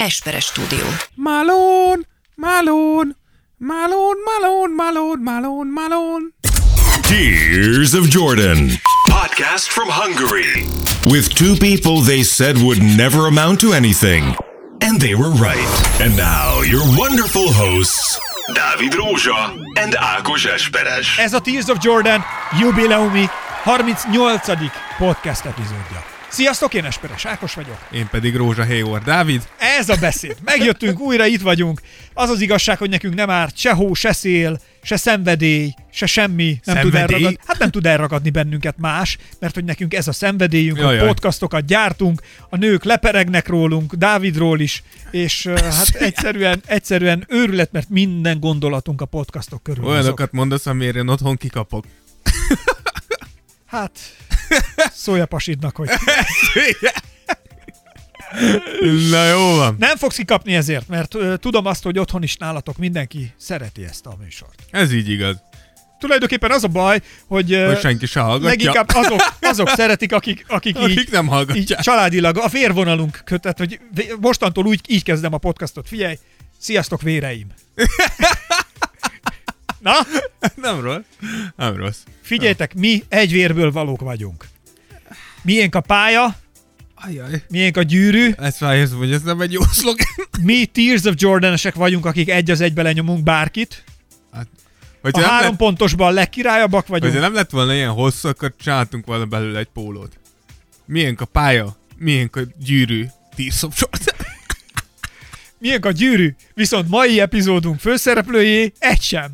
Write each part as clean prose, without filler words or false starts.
Esperes Stúdió. Malone, Malone, Malone, Malone, Malone, Malone, Malone. Tears of Jordan. Podcast from Hungary. With two people they said would never amount to anything. And they were right. And now your wonderful hosts, Dávid Rózsa and Ákos Esperes. Ez a Tears of Jordan jubileumi 38. podcast epizódja. Sziasztok, én Esperes Ákos vagyok. Én pedig Rózsa Hayward Dávid. Ez a beszéd. Megjöttünk, újra itt vagyunk. Az az igazság, hogy nekünk nem árt se hó, se szél, se szenvedély, se semmi. Nem tud elragadni bennünket más, mert hogy nekünk ez a szenvedélyünk, hogy podcastokat gyártunk, a nők leperegnek rólunk, Dávidról is, és hát egyszerűen őrület, mert minden gondolatunk a podcastok körül. Olyanokat mondasz, amire én otthon kikapok. Hát, szólj a pasidnak, hogy... Na jó van. Nem fogsz kikapni ezért, mert tudom azt, hogy otthon is nálatok mindenki szereti ezt a műsort. Ez így igaz. Tulajdonképpen az a baj, hogy senki se hallgatja. Leginkább azok szeretik, akik így, nem hallgatják. Így családilag a vérvonalunk kötet, hogy mostantól így kezdem a podcastot. Figyelj, sziasztok véreim! Na? Nem rossz. Figyeljetek, mi egy vérből valók vagyunk. Miénk a pálya, Ajaj. miénk a gyűrű. Ezt rájössz, hogy ez nem egy jó szlogen. Mi Tears of Jordan-esek vagyunk, akik egy az egybe lenyomunk bárkit. Hát, a 3 pontosban a legkirályabbak vagyunk. Hogyha nem lett volna ilyen hosszú, akkor csináltunk volna belőle egy pólót. Miénk a pálya, miénk a gyűrű, Tears of Jordan. Miénk a gyűrű, viszont mai epizódunk főszereplőjé egy sem.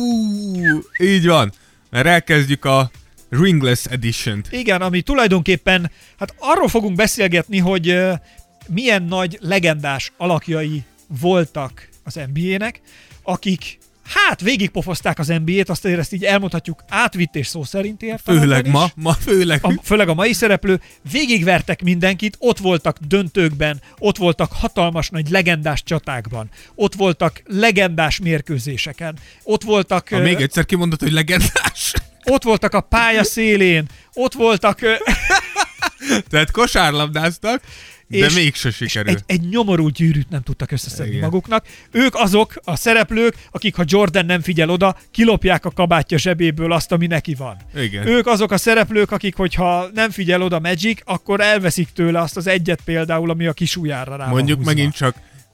Így van, mert elkezdjük a Ringless Edition-t. Igen, ami tulajdonképpen, hát arról fogunk beszélgetni, hogy milyen nagy legendás alakjai voltak az NBA-nek, akik végigpofozták az NBA-t, azt ezt így elmondhatjuk átvitt és szó szerint értelemben főleg a mai szereplő, végigvertek mindenkit, ott voltak döntőkben, ott voltak hatalmas nagy legendás csatákban, ott voltak legendás mérkőzéseken, ott voltak... Még egyszer kimondod, hogy legendás? Ott voltak a pálya szélén, ott voltak... Tehát kosárlabdáztak, de mégse sikerült. Egy nyomorult gyűrűt nem tudtak összeszedni maguknak. Ők azok a szereplők, akik, ha Jordan nem figyel oda, kilopják a kabátja zsebéből azt, ami neki van. Igen. Ők azok a szereplők, akik, hogyha nem figyel oda Magic, akkor elveszik tőle azt az egyet például, ami a kis ujjára rá mondjuk van húzva. Megint csak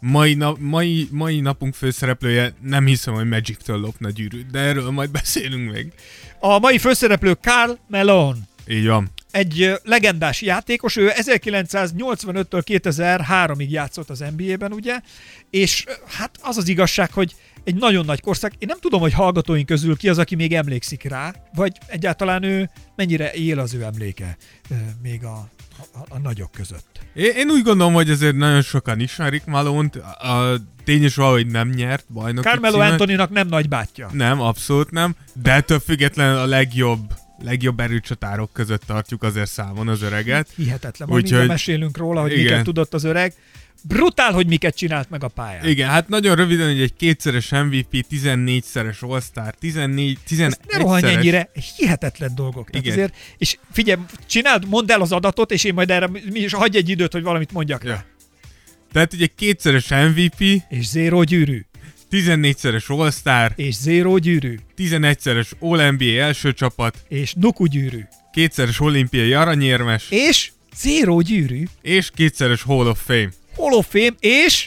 mai napunk főszereplője nem hiszem, hogy Magic-től lopna gyűrűt, de erről majd beszélünk még. A mai főszereplő Karl Malone. Így van. Egy legendás játékos, ő 1985-től 2003-ig játszott az NBA-ben, ugye, és hát az az igazság, hogy egy nagyon nagy korszak. Én nem tudom, hogy hallgatóink közül ki az, aki még emlékszik rá, vagy egyáltalán ő mennyire él az ő emléke még a nagyok között. Én úgy gondolom, hogy azért nagyon sokan ismerik Malone-t, a tény is valahogy nem nyert bajnoki címet. Carmelo Anthonynak nem nagybátyja. Nem, abszolút nem, de ettől függetlenül a legjobb erőcsatárok között tartjuk azért számon az öreget. Hihetetlen, majd mindjárt mesélünk róla, hogy miket tudott az öreg. Brutál, hogy miket csinált meg a pályán. Igen, hát nagyon röviden, hogy egy 2-szeres MVP, 14-szeres All-Star, 11-szeres... Ne rohanj ennyire, hihetetlen dolgok. Igen. Azért, és figyelj, mondd el az adatot, és én majd erre hagyj egy időt, hogy valamit mondjak rá. Tehát ugye 2-szeres MVP... És 0 gyűrű. 14-szeres All-Star. És 0 gyűrű. 11-szeres All-NBA első csapat. És nuku gyűrű. 2-szeres olimpiai aranyérmes. És 0 gyűrű. És 2-szeres Hall of Fame. Hall of Fame, és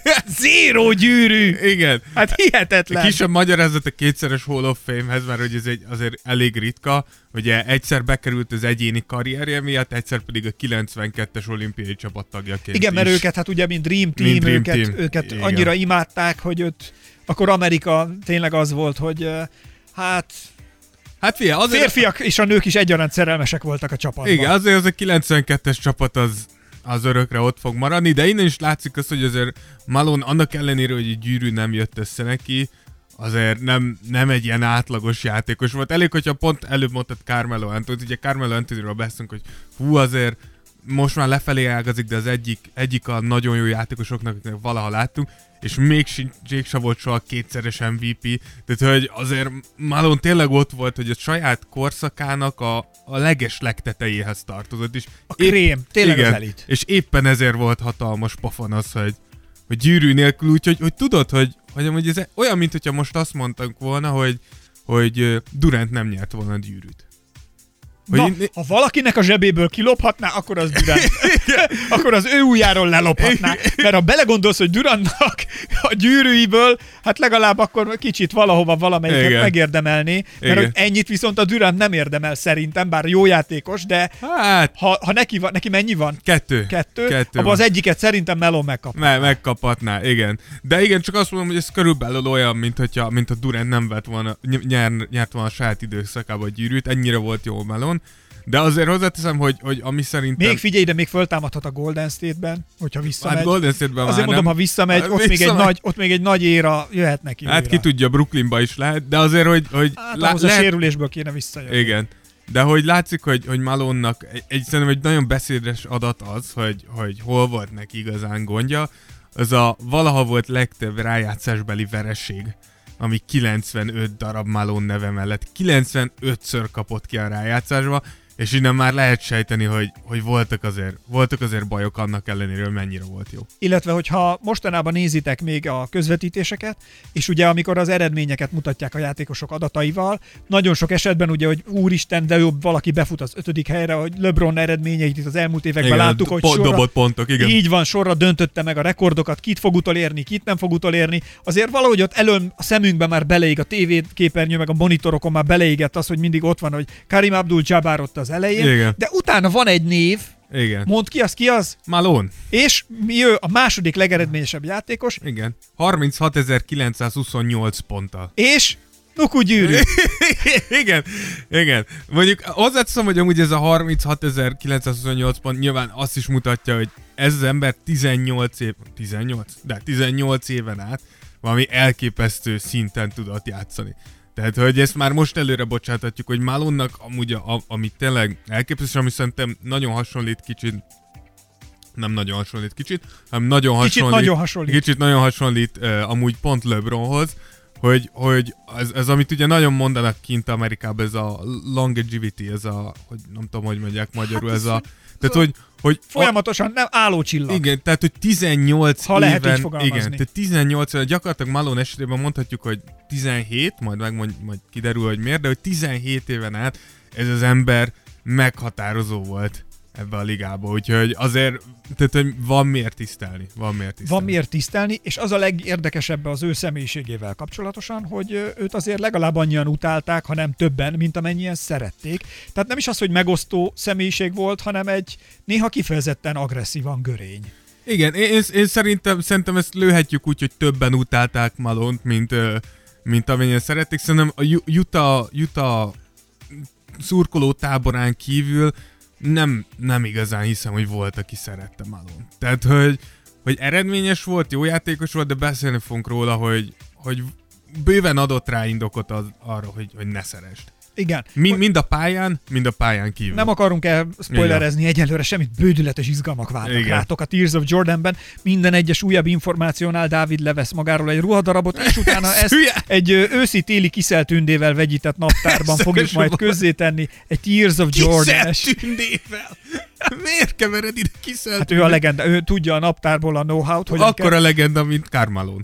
0 gyűrű. Igen. Hát hihetetlen. Kisebb magyarázat a 2-szeres Hall of Fame-hez, mert hogy ez azért elég ritka. Ugye egyszer bekerült az egyéni karrierje miatt, egyszer pedig a 92-es olimpiai csapattagjaként. Igen, mert őket hát ugye mint Dream Team, őket annyira imádták, hogy ott akkor Amerika tényleg az volt, hogy hát figyelj, azért... férfiak és a nők is egyaránt szerelmesek voltak a csapatban. Igen, azért az a 92-es csapat az örökre ott fog maradni, de innen is látszik az, hogy azért Malone annak ellenére, hogy egy gyűrű nem jött össze neki, azért nem egy ilyen átlagos játékos volt. Elég, hogyha pont előbb mondtad Carmelo Anthony, ugye Carmelo Anthonyról beszélünk, hogy azért most már lefelé ágazik, de az egyik a nagyon jó játékosoknak, akiknek valaha láttunk, és még sem volt soha 2-szeres MVP, tehát hogy azért Malone tényleg ott volt, hogy a saját korszakának a leges legtetejéhez tartozott is. A krém, tényleg igen, az elit. És éppen ezért volt hatalmas pofon az, hogy gyűrű nélkül, úgyhogy hogy tudod, hogy ez olyan, mint hogyha most azt mondtak volna, hogy Durant nem nyert volna a gyűrűt. Ha valakinek a zsebéből kilophatná, akkor az Durant. Akkor az ő ujjáról lelophatná. Mert ha belegondolsz, hogy Durantnak a gyűrűiből, hát legalább akkor kicsit valahova valamelyiket megérdemelné. Mert hogy ennyit viszont a Durant nem érdemel szerintem, bár jó játékos, de hát, ha neki mennyi van? Kettő. Abban az egyiket szerintem Melon megkaphatná. Megkaphatná, igen. De igen, csak azt mondom, hogy ez körülbelül olyan, mint a Durant nem vett volna, nyert volna a saját időszakában a gyűrűt, ennyire volt jó Melon. De azért hozzáteszem, hogy ami szerintem... Még figyelj, de még föltámadhat a Golden State-ben, hogyha visszamegy. Hát Golden State-ben azért mondom, ha visszamegy, ott még egy nagy éra jöhet neki. Hát újra. Ki tudja, Brooklynba is lehet, de azért, hogy ahhoz a sérülésből kéne visszajönni. Igen. De hogy látszik, hogy Malonnak szerintem egy nagyon beszédes adat az, hogy hol volt neki igazán gondja, az a valaha volt legtöbb rájátszásbeli vereség, ami 95 darab Malone neve mellett 95-ször kapott ki a rájátszásba, és innen már lehet sejteni, hogy voltak azért bajok annak ellenére, hogy mennyire volt jó. Illetve, hogyha mostanában nézitek még a közvetítéseket, és ugye amikor az eredményeket mutatják a játékosok adataival, nagyon sok esetben ugye, hogy úristen, de jobb valaki befut az 5. helyre, hogy LeBron eredményeit itt az elmúlt években igen, láttuk, hogy dobott pontok, igen. Így van, sorra döntötte meg a rekordokat, kit fog utolérni, kit nem fog utolérni. Azért valahogy ott elől a szemünkben már beleég a tévéképernyő, meg a monitorokon már beleégett az, hogy mindig ott van, hogy Karim Abdul-Jabbar ott az elején, igen. De utána van egy név, igen. Mondd ki az? Malone. És ő a második legeredményesebb játékos. Igen. 36.928 ponttal. És Nuku gyűrű. Igen. Mondjuk hozzáteszem, hogy amúgy ez a 36.928 pont nyilván azt is mutatja, hogy ez az ember 18 éven át valami elképesztő szinten tudott játszani. Tehát, hogy ezt már most előre bocsáthatjuk, hogy Malonnak amúgy, ami tényleg elképesztő, ami szerintem nagyon hasonlít kicsit, nem nagyon hasonlít kicsit, hanem kicsit nagyon hasonlít amúgy pont LeBronhoz, hogy ez amit ugye nagyon mondanak kint Amerikában, ez a longevity, ez a, hogy nem tudom, hogy mondják magyarul, hát ez a... Tehát, hogy folyamatosan nem álló csillag. Igen, tehát, hogy 18 ha éven... lehet így fogalmazni. Igen, tehát 18 éven, gyakorlatilag Malone esetében mondhatjuk, hogy 17, majd kiderül, hogy miért, de hogy 17 éven át ez az ember meghatározó volt ebbe a ligába, úgyhogy azért, tehát, hogy van miért tisztelni. És az a legérdekesebb az ő személyiségével kapcsolatosan, hogy őt azért legalább annyian utálták, hanem többen, mint amennyien szerették. Tehát nem is az, hogy megosztó személyiség volt, hanem egy néha kifejezetten agresszívan görény. Igen, én szerintem ezt lőhetjük úgy, hogy többen utálták Malont, mint amennyien szerették. Szerintem a Utah szurkoló táborán kívül nem igazán hiszem, hogy volt, aki szerette Malone. Tehát, hogy eredményes volt, jó játékos volt, de beszélni fogunk róla, hogy bőven adott rá indokot arra, hogy ne szeresd. Igen. Mind a pályán kívül. Nem akarunk spoilerezni egyelőre, semmit, bődületes izgalmak várnak rátok a Tears of Jordanben. Minden egyes újabb információnál Dávid levesz magáról egy ruhadarabot, és utána ezt egy őszi-téli kiszeltündével vegyített naptárban fogjuk majd közzétenni. Egy Tears of Jordan-es. Kiszeltündével? Miért kevered ide kiszeltündével? Hát ő a legenda, ő tudja a naptárból a know-how-t. Akkor a legenda, mint Carmelo.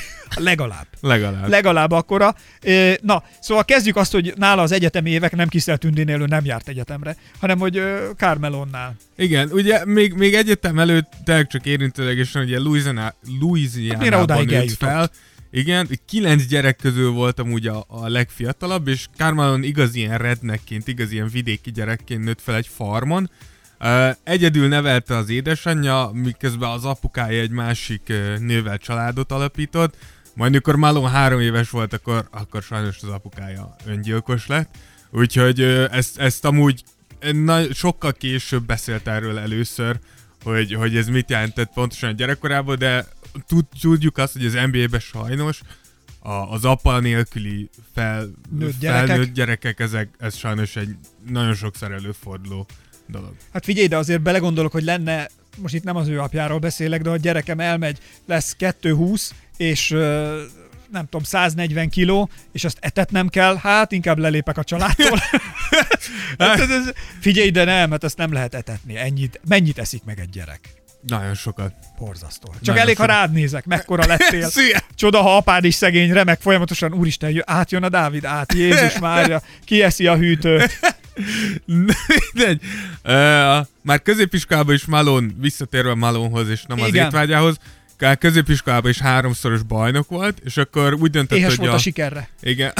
Legalább akkora. Na, szóval kezdjük azt, hogy nála az egyetemi évek nem Kiszeltündénél, ő nem járt egyetemre, hanem hogy Carmelonnál. Igen, ugye még egyetem előtt csak érintőlegesen, ugye Louisianában nőtt fel. Igen, 9 gyerek közül voltam ugye a legfiatalabb, és Carmelon igaz ilyen redneckként, igaz ilyen vidéki gyerekként nőtt fel egy farmon. Egyedül nevelte az édesanyja, miközben az apukája egy másik nővel családot alapított. Majd amikor Malone 3 éves volt, akkor sajnos az apukája öngyilkos lett. Úgyhogy ezt amúgy sokkal később beszélt erről először, hogy ez mit jelentett pontosan a gyerekkorában, de tudjuk azt, hogy az NBA-ben sajnos az apa nélküli felnőtt gyerekek, ez sajnos egy nagyon sokszor előforduló dolog. Hát figyelj, de azért belegondolok, hogy lenne, most itt nem az ő apjáról beszélek, de ha a gyerekem elmegy, lesz 220, és nem tudom, 140 kiló, és azt etetnem kell, hát inkább lelépek a családtól. Figyelj, de nem, hát ezt nem lehet etetni. Mennyit eszik meg egy gyerek? Nagyon sokat. Borzasztó. Csak Nagyon elég, ha sokat. rád nézek, mekkora lettél. Szia! Csoda, ha apád is szegény, remek folyamatosan, úristen, átjön a Dávid, Jézus Mária, kieszi a hűtőt. Mindegy. Már középiskolában is Malone, visszatérve Malonehoz és nem Igen. az étvágyához, középiskolában is 3-szoros bajnok volt, és akkor úgy döntött, Éhes hogy volt a sikerre. Igen.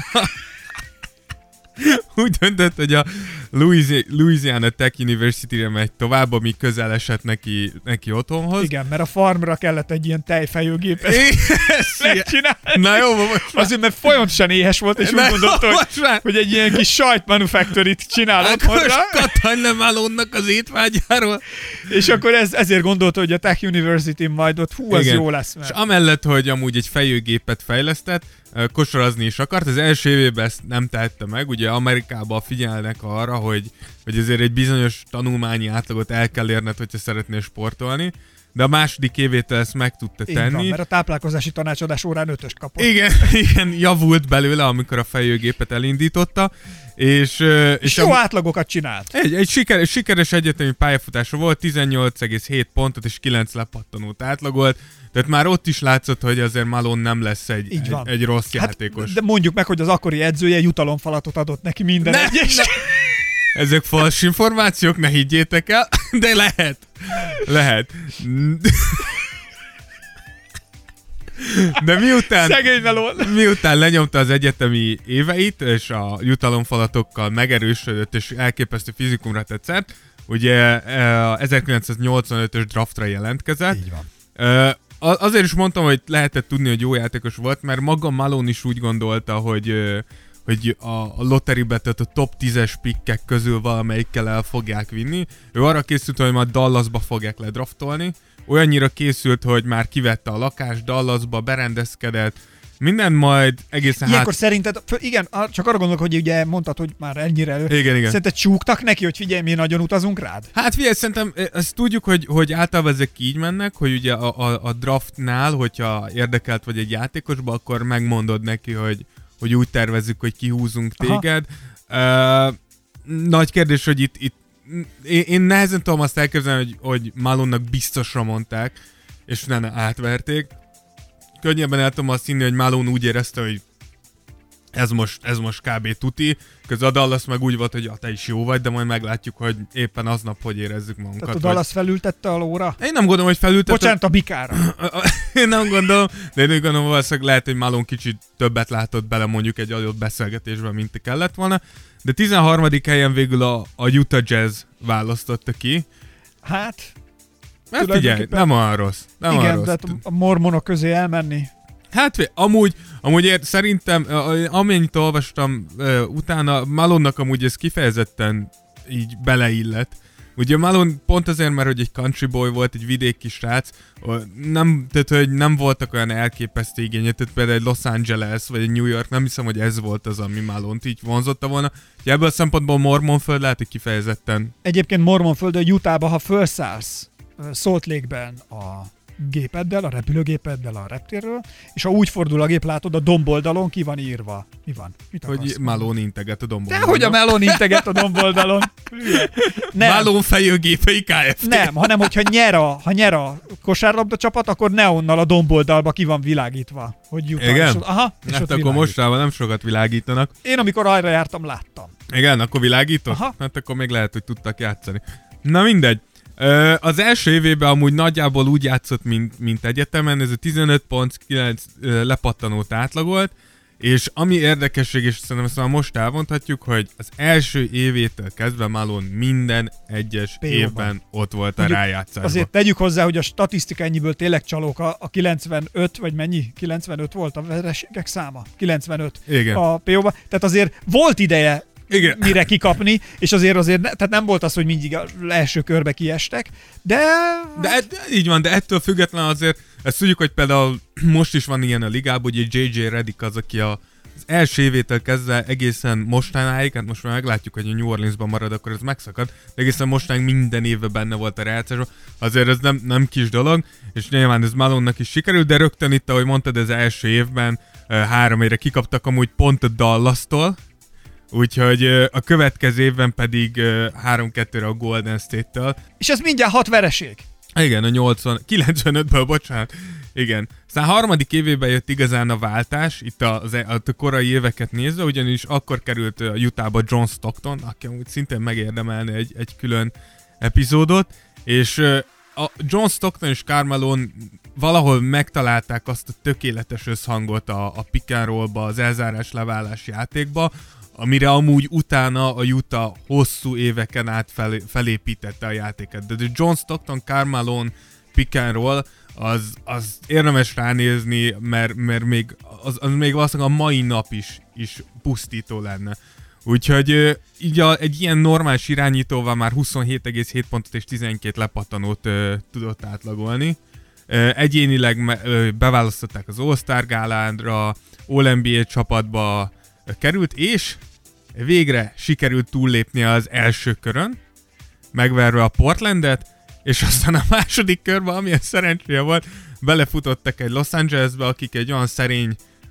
Úgy döntött, hogy a Louisiana Tech University-re megy tovább, ami közel esett neki otthonhoz. Igen, mert a farmra kellett egy ilyen tejfejőgépet megcsinálni. Na jó, most már. Azért, mert folyamatosan éhes volt, és úgy gondolta, hogy egy ilyen kis sajtmanufactory-t csinál Akkor otthonra. kattanj le Malone-nak az étvágyáról. És akkor ezért gondolta, hogy a Tech University majd ott, az Igen. jó lesz. És Mert... amellett, hogy amúgy egy fejőgépet fejlesztett, kosarazni is akart, az első évében ezt nem tehette meg, ugye Amerikában figyelnek arra, hogy azért egy bizonyos tanulmányi átlagot el kell érned, hogyha szeretnél sportolni, de a második évétől ezt meg tudta tenni. Van, mert a táplálkozási tanácsadás órán 5-öst kapott. Igen, javult belőle, amikor a fejőgépet elindította, és jó átlagokat csinált. Egy sikeres egyetemi pályafutása volt, 18,7 pontot és 9 lepattanót átlagolt, tehát már ott is látszott, hogy azért Malone nem lesz egy rossz játékos. De mondjuk meg, hogy az akkori edzője jutalomfalatot adott neki minden egyes. Ezek fals információk, ne higgyétek el, de lehet. De miután lenyomta az egyetemi éveit, és a jutalomfalatokkal megerősödött, és elképesztő fizikumra tetszett, ugye a 1985-ös draftra jelentkezett. Így van. Azért is mondtam, hogy lehetett tudni, hogy jó játékos volt, mert maga Malone is úgy gondolta, hogy a lotterybe, tehát a top 10-es pikkek közül valamelyikkel el fogják vinni. Ő arra készült, hogy majd Dallasba fogják ledraftolni. Olyannyira készült, hogy már kivette a lakást Dallasba, berendezkedett, minden majd egészen ilyenkor szerinted, igen, csak arra gondolok, hogy ugye mondtad, hogy már ennyire elő. Igen. Szerinted csúgtak neki, hogy figyelj, mi nagyon utazunk rád? Hát figyelj, szerintem ezt tudjuk, hogy általában ezek így mennek, hogy ugye a draftnál, hogyha érdekelt vagy egy játékosba, akkor megmondod neki, hogy úgy tervezzük, hogy kihúzunk téged. Nagy kérdés, hogy itt én nehezen tudom azt elképzelni, hogy Malone-nak biztosra mondták, és nem átverték. Könnyebben el tudom azt hinni, hogy Malone úgy érezte, hogy ez most kb. Tuti, közben a Dallas meg úgy volt, hogy te is jó vagy, de majd meglátjuk, hogy éppen aznap hogy érezzük magunkat. Tehát a Dallas felültette a lóra? Én nem gondolom, hogy felültette. Bocsánat, a bikára. Én nem gondolom, de én úgy gondolom, valószínűleg lehet, hogy Malone kicsit többet látott bele mondjuk egy adott beszélgetésben, mint kellett volna. De 13. helyen végül a Utah Jazz választotta ki. Hát... Mert figyelj, nem olyan rossz. Igen, de a mormonok közé elmenni. Hát amúgy szerintem, amennyit olvastam utána, Malone-nak amúgy ez kifejezetten így beleillett. Ugye Malone pont azért, mert hogy egy country boy volt, egy vidéki srác, tehát hogy nem voltak olyan elképesztő igények, tehát például egy Los Angeles vagy egy New York, nem hiszem, hogy ez volt az, ami Malone-t így vonzotta volna. Ugye ebből a szempontból Mormonföld lehet, hogy kifejezetten. Egyébként Mormonföldön, Utahba, ha felszállsz Salt Lake-ben a gépeddel, a repülőgépeddel a reptérről, és ha úgy fordul a gép, látod, a domboldalon ki van írva. Mi van? Mit hogy Malone integet a domboldalon. Dehogy a Malone integet a domboldalon. Nem. Malone fejőgépei Kft. Nem, hanem hogyha nyer a kosárlabda csapat, akkor neonnal a domboldalba ki van világítva. Hogy Utah. Igen? Aha, és hát akkor mostában nem sokat világítanak. Én amikor arra jártam, láttam. Igen, akkor világított? Aha. Hát akkor még lehet, hogy tudtak játszani. Na mindegy. Az első évében amúgy nagyjából úgy játszott, mint egyetemen, ez a 15 pont, 9 lepattanót átlagolt, és ami érdekesség, és szerintem ezt már most elmondhatjuk, hogy az első évétől kezdve Malone minden egyes évben ott volt a rájátszásban. Azért tegyük hozzá, hogy a statisztika ennyiből tényleg csalók, a 95, vagy mennyi? 95 volt a vereségek száma? 95 igen. A PO-ba. Tehát azért volt ideje igen. Mire kikapni, és azért tehát nem volt az, hogy mindig az első körbe kiestek, de így van, de ettől függetlenül azért, ezt tudjuk, hogy például most is van ilyen a ligában, hogy J.J. Redick az, aki az első évétől kezdve egészen mostanáig, hát most már meglátjuk, hogy a New Orleansban marad, akkor ez megszakad, de egészen mostanáig minden évben benne volt a rájátszásban, azért ez nem kis dolog, és nyilván ez Malone-nak is sikerült, de rögtön itt, ahogy mondtad, az első évben 3 évre kikaptak amúgy pont a Dallas-tól, úgyhogy a következő évben pedig 3-2-re a Golden State-től. És ez mindjárt 6 vereség. Igen, a 95-ből, bocsánat. Igen. Aztán harmadik évében jött igazán a váltás, itt a korai éveket nézve, ugyanis akkor került a Utahba John Stockton, aki amúgy szintén megérdemelne egy külön epizódot, és a John Stockton és Karl Malone valahol megtalálták azt a tökéletes összhangot a pick and roll-ba, az elzárás leválás játékba, amire amúgy utána a Utah hosszú éveken át felépítette a játéket. De a John Stockton, Karl Malone pick and roll, az érdemes ránézni, mert még, az még valószínűleg a mai nap is pusztító lenne. Úgyhogy így egy ilyen normális irányítóval már 27,7 pontot és 12 lepattanót tudott átlagolni. Egyénileg beválasztották az All-Star gálánra, All-NBA csapatba került, és végre sikerült túllépni az első körön, megverve a Portlandet, és aztán a második körben, amilyen szerencséje volt, belefutottak egy Los Angelesbe, akik egy olyan szerény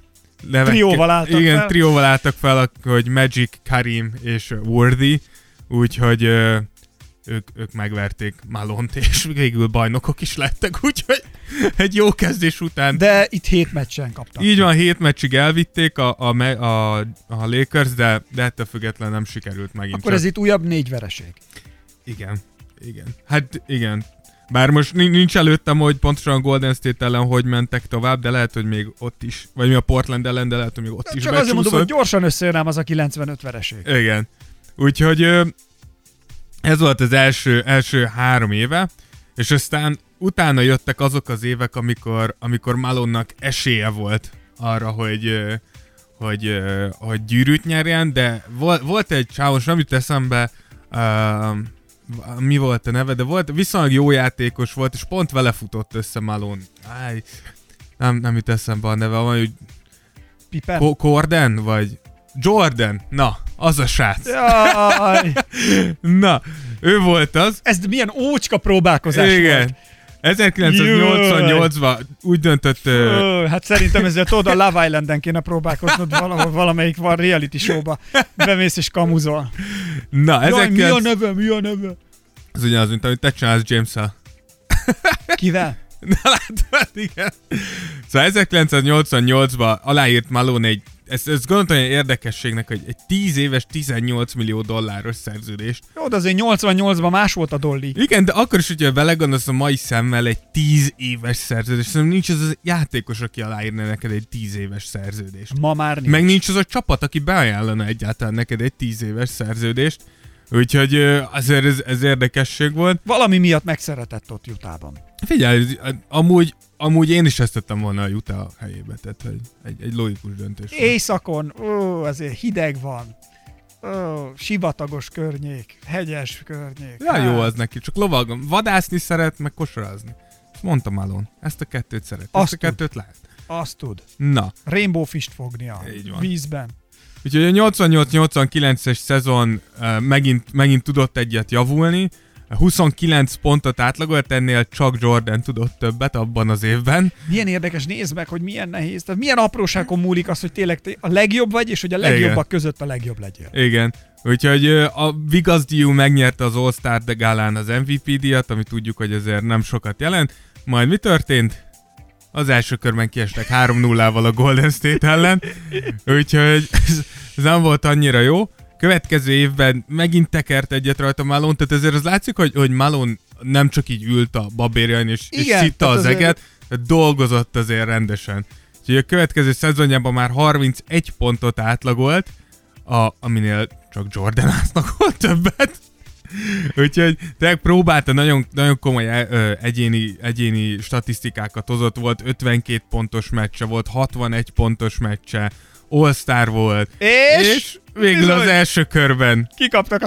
trióval álltak fel, hogy Magic, Karim és Worthy, úgyhogy ők megverték Malone-t, és végül bajnokok is lettek, úgyhogy egy jó kezdés után. De itt 7 meccsen kaptak. Így van, 7 meccsig elvitték a Lakers, de ettől függetlenül nem sikerült megint. Akkor ez itt újabb 4 vereség. Igen. Hát igen. Bár most nincs előttem, hogy pontosan a Golden State ellen hogy mentek tovább, de lehet, hogy még ott is, vagy mi a Portland ellen, de lehet, hogy még ott is csak azért mondom, hogy gyorsan összejön az a 95 vereség. Igen. Úgyhogy ez volt az első 3 éve, és aztán utána jöttek azok az évek, amikor Malone-nak esélye volt arra, hogy gyűrűt nyerjen, de volt egy csávos, nem jut eszembe, mi volt a neve, de volt viszonylag jó játékos volt, és pont vele futott össze Malone. Nem jut eszembe a neve, hogy Corden, vagy Jordan, na, az a srác. Jaj. Na, ő volt az. Ez milyen ócska próbálkozás igen. volt. 1988-ban úgy döntött... Hát szerintem ezzel tudod, a Love Islanden kéne próbálkoznod valahol, valamelyik van reality showba. Bemész és kamuzol. Na, jaj, mi a neve? Ez ugyanaz, mint amit te csinálsz James-szel. Kivel? Na látod, igen. Szóval 1988-ban aláírt Malone ezt gondoltam egy érdekességnek, hogy egy 10 éves, $18 millió szerződést. Jó, de azért 88-ban más volt a dolli. Igen, de akkor is, hogyha belegondolsz a mai szemmel egy 10 éves szerződést, szóval nincs az a játékos, aki aláírna neked egy 10 éves szerződést. Ma már nincs. Meg nincs az a csapat, aki beajánlana egyáltalán neked egy 10 éves szerződést. Úgyhogy azért ez érdekesség volt. Valami miatt megszeretett ott Utahban. Figyelj, amúgy én is ezt tettem volna a Utah helyébe, tehát egy logikus döntés. Éjszakon, azért hideg van, sivatagos környék, hegyes környék. Ja, jó az neki, csak lovagom. Vadászni szeret, meg kosarazni. És mondtam Malone, ezt a kettőt szeret, ezt a kettőt lehet. Azt tud. Na. Rainbow Fish-t fogni a vízben. Úgyhogy a 88-89-es szezon megint tudott egyet javulni, 29 pontot átlagolt, ennél csak Jordan tudott többet abban az évben. Milyen érdekes, nézd meg, hogy milyen nehéz. Tehát milyen apróságon múlik az, hogy tényleg a legjobb vagy, és hogy a legjobbak között a legjobb legyél. Igen. Úgyhogy a Vigazdiú megnyerte az All-Star gálán az MVP díjat, ami tudjuk, hogy azért nem sokat jelent. Majd mi történt? Az első körben kiestek 3-0-val a Golden State ellen, úgyhogy ez nem volt annyira jó. Következő évben megint tekert egyet rajta Malone, tehát ezért az látszik, hogy Malone nem csak így ült a babérjain és szitta az eget, azért dolgozott azért rendesen. Úgyhogy a következő szezonjában már 31 pontot átlagolt, aminél csak Jordan átlagolt többet. Úgyhogy tényleg próbálta, nagyon, nagyon komoly egyéni statisztikákat hozott, volt 52 pontos meccse, volt 61 pontos meccse, All-Star volt, és végül az első körben kikaptak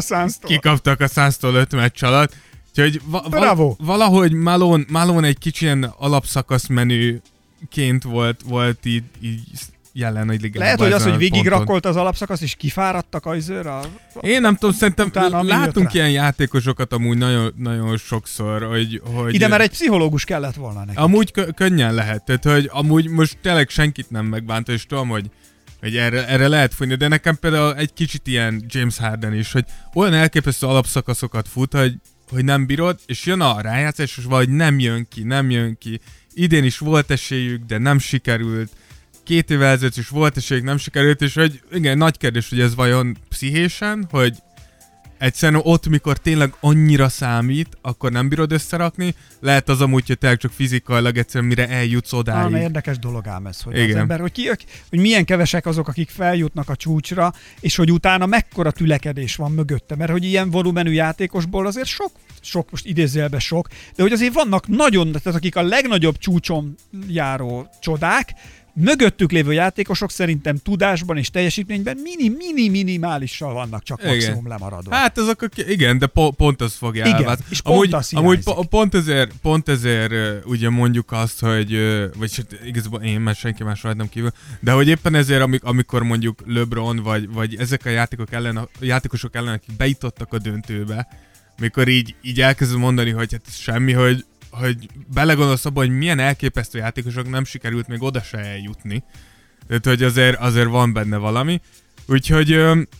a Suns-tól 5 meccs alatt. Úgyhogy valahogy Malone egy kicsi ilyen alapszakasz menüként volt így jelen egy ligában. Lehet, hogy az, hogy végigrakolt az alapszakasz, és kifáradtak ajzőre? Én nem tudom, szerintem látunk ilyen játékosokat amúgy nagyon, nagyon sokszor, hogy... Ide már egy pszichológus kellett volna nekik. Amúgy könnyen lehet, tehát hogy amúgy most tényleg senkit nem megbánt, és tudom, hogy erre lehet fújni, de nekem például egy kicsit ilyen James Harden is, hogy olyan elképesztő alapszakaszokat fut, hogy nem bírod, és jön a rájátszás, és valahogy nem jön ki. Idén is volt esélyük, de nem sikerült. 2 évvel ezelőtt is volt esélyük, nem sikerült, és hogy igen, nagy kérdés, hogy ez vajon pszichésen, hogy egyszerűen ott, mikor tényleg annyira számít, akkor nem bírod összerakni. Lehet az amúgy, hogy tényleg csak fizikailag egyszerűen mire eljutsz odáig. Érdekes dolog ám ez, hogy az ember, hogy milyen kevesek azok, akik feljutnak a csúcsra, és hogy utána mekkora tülekedés van mögötte. Mert hogy ilyen volumenű játékosból azért sok, most idézőjelben sok, de hogy azért vannak nagyon, tehát akik a legnagyobb csúcson járó csodák, mögöttük lévő játékosok szerintem tudásban és teljesítményben minimálissal vannak csak maximum lemaradva. Hát azok, igen, de pont az fog elválni. És amúgy pont ezért ugye mondjuk azt, hogy, vagy igazából én, mert senki más rajtam kívül, de hogy éppen ezért, amikor mondjuk LeBron, vagy ezek a játékosok ellen, akik bejutottak a döntőbe, mikor így elkezdem mondani, hogy hát ez semmi, hogy belegondolsz abba, hogy milyen elképesztő játékosok nem sikerült még oda se eljutni. Tehát, hogy azért van benne valami. Úgyhogy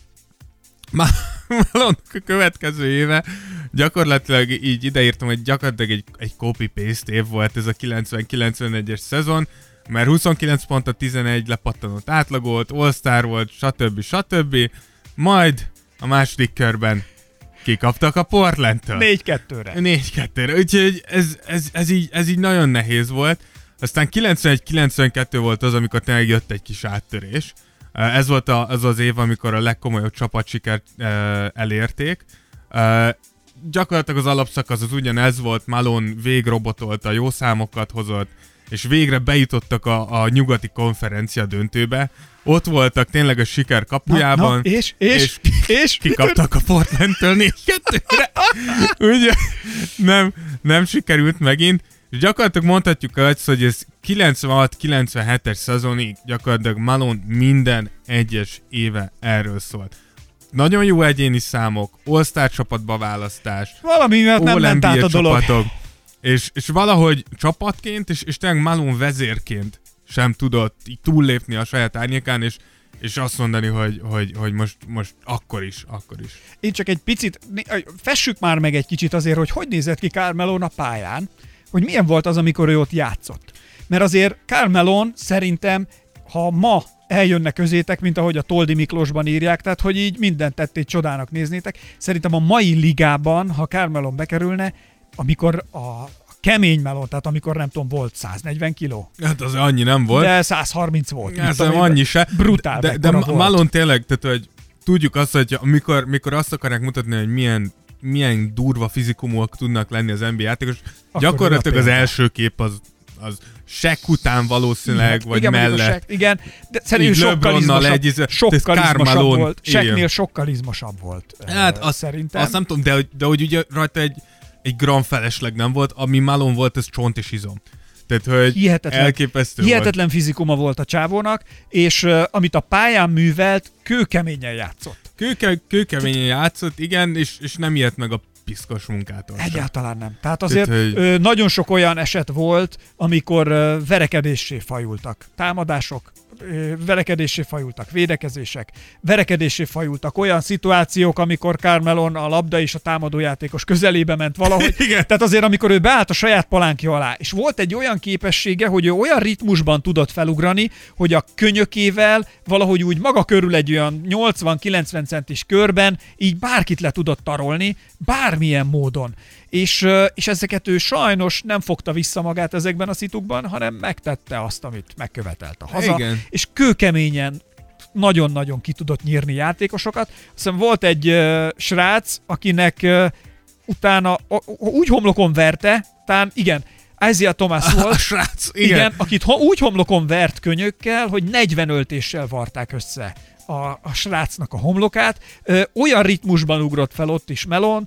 Malone a következő éve gyakorlatilag így ideírtam, hogy gyakorlatilag egy copy-paste év volt ez a 90-91-es szezon, mert 29 pontot 11 lepattanott átlagolt, All-Star volt, stb. Majd a második körben kikaptak a Portlandtől. 4-2-re. 4-2-re. Úgyhogy ez így nagyon nehéz volt. Aztán 91-92 volt az, amikor tényleg jött egy kis áttörés. Ez volt az év, amikor a legkomolyabb csapatsikert elérték. Gyakorlatilag az alapszakasz az ugyanez volt, Malone végrobotolta, jó számokat hozott, és végre bejutottak a nyugati konferencia döntőbe. Ott voltak tényleg a siker kapujában, és kikaptak a Portlandtől 4-2-re. Ugye nem sikerült megint. És gyakorlatilag mondhatjuk azt, hogy ez 96-97-es szezonig gyakorlatilag Malone minden egyes éve erről szólt. Nagyon jó egyéni számok, All-Star csapatba választás, valami miatt nem ment át a dolog. Csapatok, és valahogy csapatként, és tényleg Malone vezérként sem tudott így túllépni a saját árnyékán, és azt mondani, hogy most akkor is. Én csak egy picit, fessük már meg egy kicsit azért, hogy nézett ki Karl Malone a pályán, hogy milyen volt az, amikor ő ott játszott. Mert azért Karl Malone szerintem, ha ma eljönne közétek, mint ahogy a Toldi Miklósban írják, tehát hogy így mindent tettét csodának néznétek, szerintem a mai ligában, ha Karl Malone bekerülne, amikor a kemény Malone, tehát amikor nem tudom, volt 140 kiló. Hát az annyi nem volt. De 130 volt. Ez annyi se. Brutál. De Malone tényleg, tehát hogy tudjuk azt, hogy mikor azt akarják mutatni, hogy milyen durva fizikumok tudnak lenni az NBA játékos, gyakorlatilag az első kép az Shaq után valószínűleg, vagy igen, mellett. Igen, de szerintem sokkal izmosabb volt. Shaqnél sokkal izmosabb volt. Hát szerintem. Azt nem tudom, de hogy ugye rajta egy gram felesleg nem volt, ami Malone volt, ez csont és izom. Tehát, hogy elképesztő hihetetlen fizikuma volt a csávónak, és amit a pályán művelt, kőkeményen játszott. Kőkeményen játszott, igen, és nem ijedt meg a piszkos munkától. Egyáltalán nem. Tehát azért nagyon sok olyan eset volt, amikor verekedéssé fajultak támadások, verekedéssé fajultak védekezések, verekedéssé fajultak olyan szituációk, amikor Karl Malone a labda és a támadójátékos közelébe ment valahogy. Tehát azért, amikor ő beállt a saját palánkja alá, és volt egy olyan képessége, hogy ő olyan ritmusban tudott felugrani, hogy a könyökével valahogy úgy maga körül egy olyan 80-90 centis körben így bárkit le tudott tarolni, bármilyen módon. És ezeket ő sajnos nem fogta vissza magát ezekben a szitukban, hanem megtette azt, amit megkövetelt a haza. Igen. És kőkeményen nagyon-nagyon ki tudott nyírni játékosokat. Aztán volt egy srác, akinek utána úgy homlokon verte, talán igen, Isaiah Thomas volt, srác, igen, akit úgy homlokon vert könyökkel, hogy 40 öltéssel varták össze a srácnak a homlokát. Olyan ritmusban ugrott fel ott is Malone,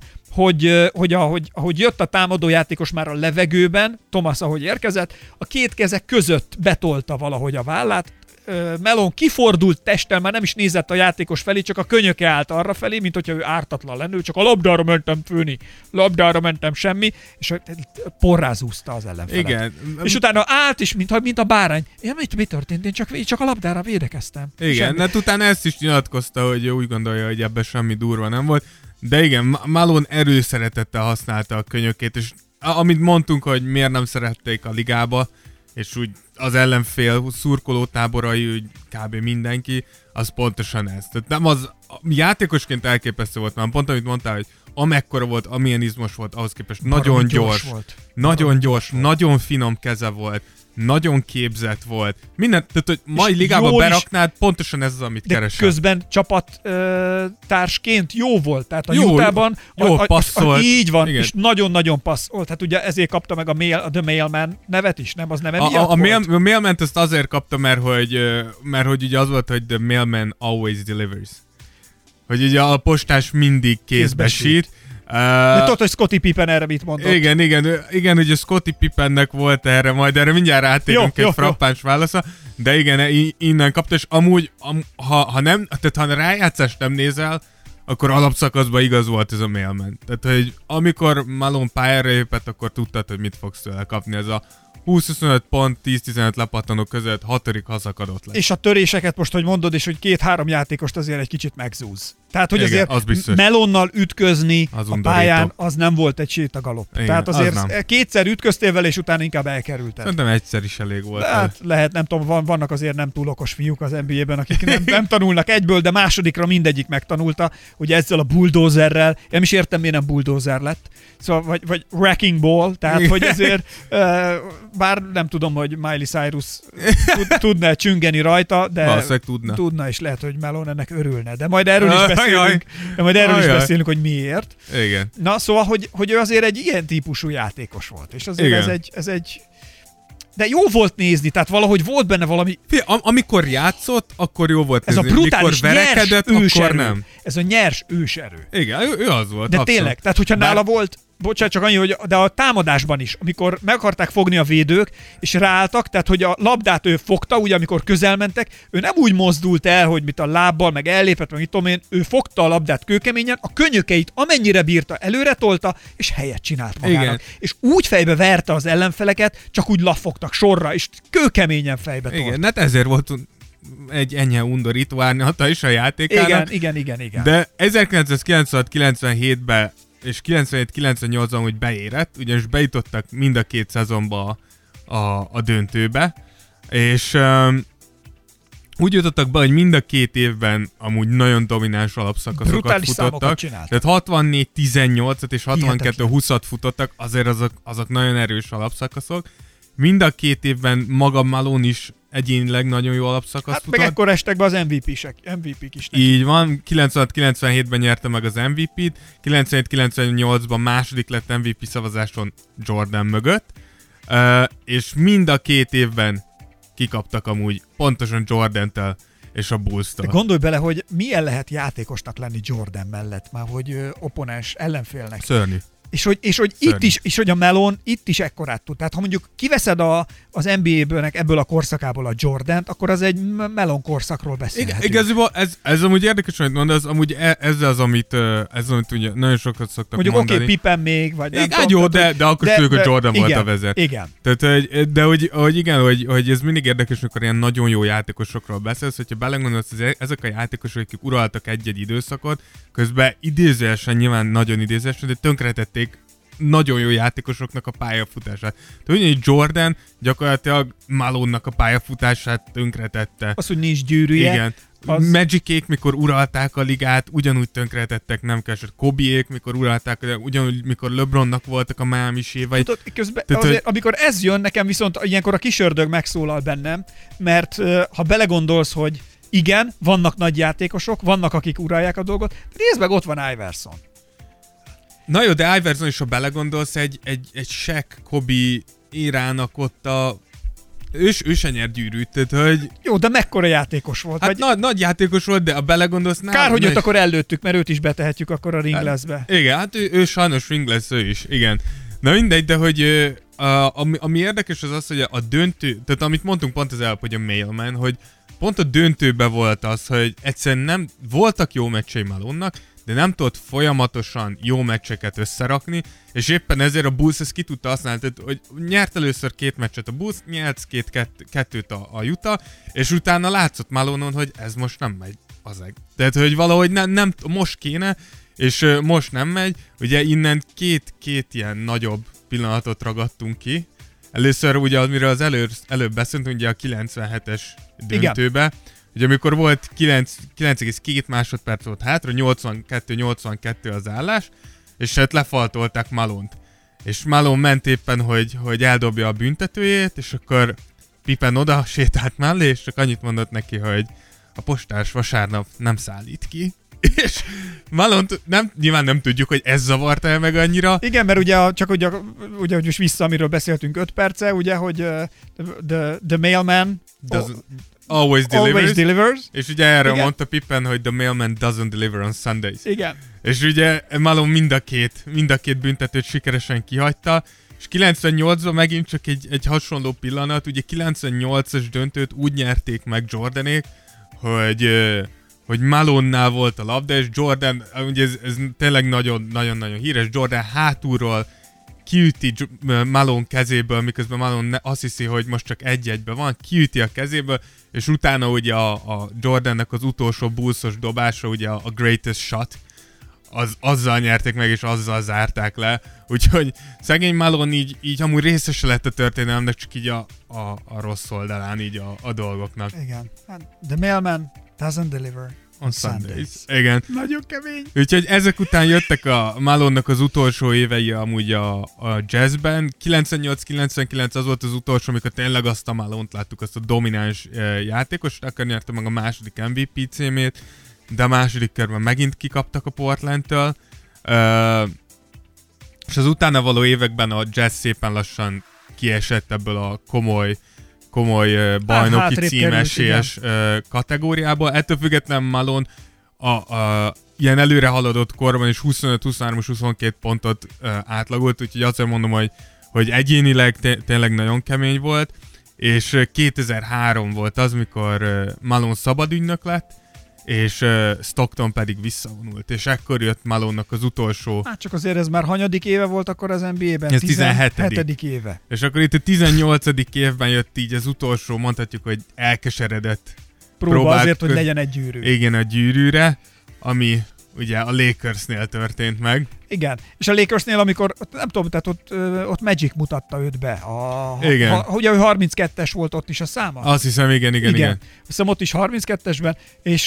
hogy ahogy jött a támadójátékos már a levegőben, Thomas ahogy érkezett, a két kezek között betolta valahogy a vállát, Malone kifordult testtel, már nem is nézett a játékos felé, csak a könyöke állt arra felé, mint hogyha ő ártatlan lenne, csak a labdára mentem főni, labdára mentem semmi, és porrázúzta az ellenfelet. Igen. És utána állt is, mint a bárány. Mi történt? Én csak a labdára védekeztem. Igen, de utána ezt is nyilatkozta, hogy úgy gondolja, hogy ebben semmi durva nem volt. De igen, Malone erőszeretettel használta a könyökét, és amit mondtunk, hogy miért nem szerették a ligába, és úgy az ellenfél szurkolótáborai, úgy kb. Mindenki, az pontosan ez. Tehát nem az, játékosként elképesztő volt, mert pont amit mondtál, hogy amekkora volt, amilyen izmos volt, ahhoz képest nagyon gyors, nagyon gyors, nagyon finom keze volt, nagyon képzett volt. Minden, tehát hogy mai ligába beraknád, pontosan ez az, amit keresel. Közben csapattársként jó volt. Tehát a Utahban passzolt. Így van, igen. És nagyon-nagyon passzolt. Hát ugye ezért kapta meg a The Mailman nevet is, nem? Az nem emiatt volt? A Mailman-t azt azért kapta, mert hogy ugye az volt, hogy The Mailman always delivers. Hogy ugye a postás mindig kézbesít. De tudod, hogy Scottie Pippen erre mit mondott? Igen, ugye Scottie Pippennek volt erre, majd erre mindjárt rátérünk egy frappáns válasza, de igen, innen kapta, és amúgy, ha rájátszást nem nézel, akkor alapszakaszban igaz volt ez a Mailman. Tehát, hogy amikor Malone pályára épett, akkor tudtad, hogy mit fogsz tőle kapni. Ez a 20-25 pont, 10-15 lepattanók között 6. hazakadott lesz. És a töréseket most, hogy mondod, és hogy 2-3 játékost azért egy kicsit megzúz. Tehát, hogy igen, azért az Melonnal ütközni az a pályán, az nem volt egy sétagalopp. Tehát azért az kétszer ütköztél vele, és utána inkább elkerülted. Szerintem egyszer is elég volt. Hát lehet, nem tudom, vannak azért nem túl okos fiúk az NBA-ben, akik nem tanulnak egyből, de másodikra mindegyik megtanulta, hogy ezzel a bulldozerrel, én nem is értem, miért nem bulldozer lett, szóval, vagy wrecking ball, tehát, hogy ezért, bár nem tudom, hogy Miley Cyrus tudna csüngeni rajta, de tudna, és lehet, hogy Malone ennek örülne. De majd erről is beszélünk, hogy miért. Igen. Na, szóval, hogy ő azért egy ilyen típusú játékos volt, és azért ez egy de jó volt nézni, tehát valahogy volt benne valami... Amikor játszott, akkor jó volt nézni. Ez a brutális, mikor verekedett, akkor nem. Ez a nyers őserő. Igen, ő az volt. De tényleg, tehát hogyha nála volt... Bocsánat, csak annyi, hogy de a támadásban is, amikor meg akarták fogni a védők, és ráálltak, tehát hogy a labdát ő fogta, ugye amikor közel mentek, ő nem úgy mozdult el, hogy mit a lábbal, meg ellépett, meg mit tudom én, ő fogta a labdát kőkeményen, a könyökeit amennyire bírta, előre tolta, és helyet csinált magának. Igen. És úgy fejbe verte az ellenfeleket, csak úgy lafogtak sorra, és kőkeményen fejbe tolt. Igen, hát ezért volt egy enyhe undorító árnyalata is a játékának. Igen. De 1996-97-ben és 97-98-ban úgy beérett, ugyanis bejutottak mind a két szezonba a döntőbe, és úgy jutottak be, hogy mind a két évben amúgy nagyon domináns alapszakaszokat brutális futottak. Tehát 64-18-at és 62-20-at futottak, azért azok nagyon erős alapszakaszok. Mind a két évben maga Malone is egyénileg nagyon jó alapszakasz futott. Meg ekkor estek be az MVP-k is neki. Így van, 96-97-ben nyerte meg az MVP-t, 97-98-ban második lett MVP szavazáson Jordan mögött, és mind a két évben kikaptak amúgy pontosan Jordantől és a Bulls-től. De gondolj bele, hogy milyen lehet játékosnak lenni Jordan mellett, már hogy opponens ellenfélnek. Szörnyű. És hogy itt is, hogy a Malone itt is ekkorát tud. Tehát ha mondjuk kiveszed az NBA-ből ebből a korszakából a Jordant, akkor az egy Malone korszakról beszélhetünk. Igazából ez amúgy érdekes, hogy mondasz, amúgy ez az, amit ugye nagyon sokat szoktak mondjuk mondani. Mondjuk Pippen még, vagy nem tudom. Jó, de akkor tudjuk, hogy Jordan volt a vezet. Igen. Tehát, hogy ez mindig érdekes, amikor ilyen nagyon jó játékosokról beszélsz, hogyha belegondolsz, hogy ezek a játékosok, akik uraltak egy-egy időszakot, közben idézőesen, nyilván nagyon idézőesen, de tönkretették nagyon jó játékosoknak a pályafutását. Tehát hogy Jordan gyakorlatilag Malone-nak a pályafutását tönkretette. Az, hogy nincs gyűrűje. Igen. Magic-ék, mikor uralták a ligát, ugyanúgy tönkretettek, nem keresett. Kobe-ék, mikor uralták, ugyanúgy, mikor LeBronnak voltak a Miami-sévei. Közben azért, amikor ez jön, nekem viszont ilyenkor a kis ördög megszólal bennem, mert ha belegondolsz, hogy igen, vannak nagy játékosok, vannak, akik uralják a dolgot, de nézd meg, ott van Iverson. Na jó, de Iverson is, ha belegondolsz, egy Shaq, Kobe érának ott ő se nyert gyűrűt, tehát hogy... Jó, de mekkora játékos volt? Hát vagy... nagy játékos volt, de ha belegondolsz... Kár, hogy őt akkor előttük, mert őt is betehetjük akkor a ringlessbe. Igen, hát ő sajnos ringless, ő is, igen. Na mindegy, de hogy ami érdekes az, hogy a döntő, tehát amit mondtunk pont az előbb, hogy a Mailman, hogy pont a döntőben volt az, hogy egyszerűen nem voltak jó meccsei Malone-nak, de nem tudott folyamatosan jó meccseket összerakni, és éppen ezért a Bulls ezt ki tudta használni, tehát, hogy nyert először 2 meccset a Bulls, nyert kettőt a Utah, és utána látszott Malone-on, hogy ez most nem megy. Tehát, hogy valahogy nem most kéne, és most nem megy. Ugye innen két ilyen nagyobb pillanatot ragadtunk ki. Először ugye, amiről az előbb beszéltünk, ugye a 97-es döntőbe. Igen. Ugye amikor volt 9,2 másodperc volt hátra, 82-82 az állás, és hát lefaltolták Malone-t. És Malone ment éppen, hogy eldobja a büntetőjét, és akkor Pippen oda sétált mellé, és csak annyit mondott neki, hogy a postás vasárnap nem szállít ki. És Malone-t nyilván nem tudjuk, hogy ez zavarta el meg annyira. Igen, mert ugye ugye most vissza, amiről beszéltünk 5 perce, ugye, hogy the mailman always delivers. És ugye erről mondta Pippen, hogy the mailman doesn't deliver on Sundays. Igen. És ugye Malone mind a két büntetőt sikeresen kihagyta, és 98-ban megint csak egy hasonló pillanat, ugye 98-as döntőt úgy nyerték meg Jordanék, hogy Malone-nál volt a labda, és Jordan, ugye ez tényleg nagyon-nagyon híres, Jordan hátulról kiüti Malone kezéből, miközben Malone azt hiszi, hogy most csak 1-1-ben van, kiüti a kezéből, és utána ugye a Jordannek az utolsó bullsos dobása, ugye a greatest shot, azzal nyerték meg, és azzal zárták le. Úgyhogy szegény Malone így amúgy részese lett a történelemnek, csak így a rossz oldalán így a dolgoknak. Igen. The mailman doesn't deliver on Sundays. Igen. Nagyon kemény. Úgyhogy ezek után jöttek a Malone-nak az utolsó évei amúgy a jazzben. 98-99 az volt az utolsó, amikor tényleg azt a Malone-t láttuk, azt a domináns játékos, akkor nyerte meg a második MVP címét, de a második körben megint kikaptak a Portlandtől. És az utána való években a Jazz szépen lassan kiesett ebből a komoly bajnoki címesélyes kategóriából. Ettől függetlenül Malone ilyen előre haladott korban is 25-23-22 pontot átlagolt, úgyhogy azért mondom, hogy egyénileg tényleg nagyon kemény volt, és 2003 volt az, mikor Malone szabadügynök lett, és Stockton pedig visszavonult, és ekkor jött Malone-nak az utolsó... Hát csak azért ez már hanyadik éve volt akkor az NBA-ben? Ez 17. éve. És akkor itt a 18. évben jött így az utolsó, mondhatjuk, hogy elkeseredett próba azért, hogy legyen egy gyűrű. Igen, a gyűrűre, ami ugye a Lakersnél történt meg. Igen, és a Lakersnél, amikor, nem tudom, tehát ott Magic mutatta őt be. Igen. Ugye, hogy 32-es volt ott is a száma? Azt hiszem, igen. Azt hiszem, ott is 32-esben, és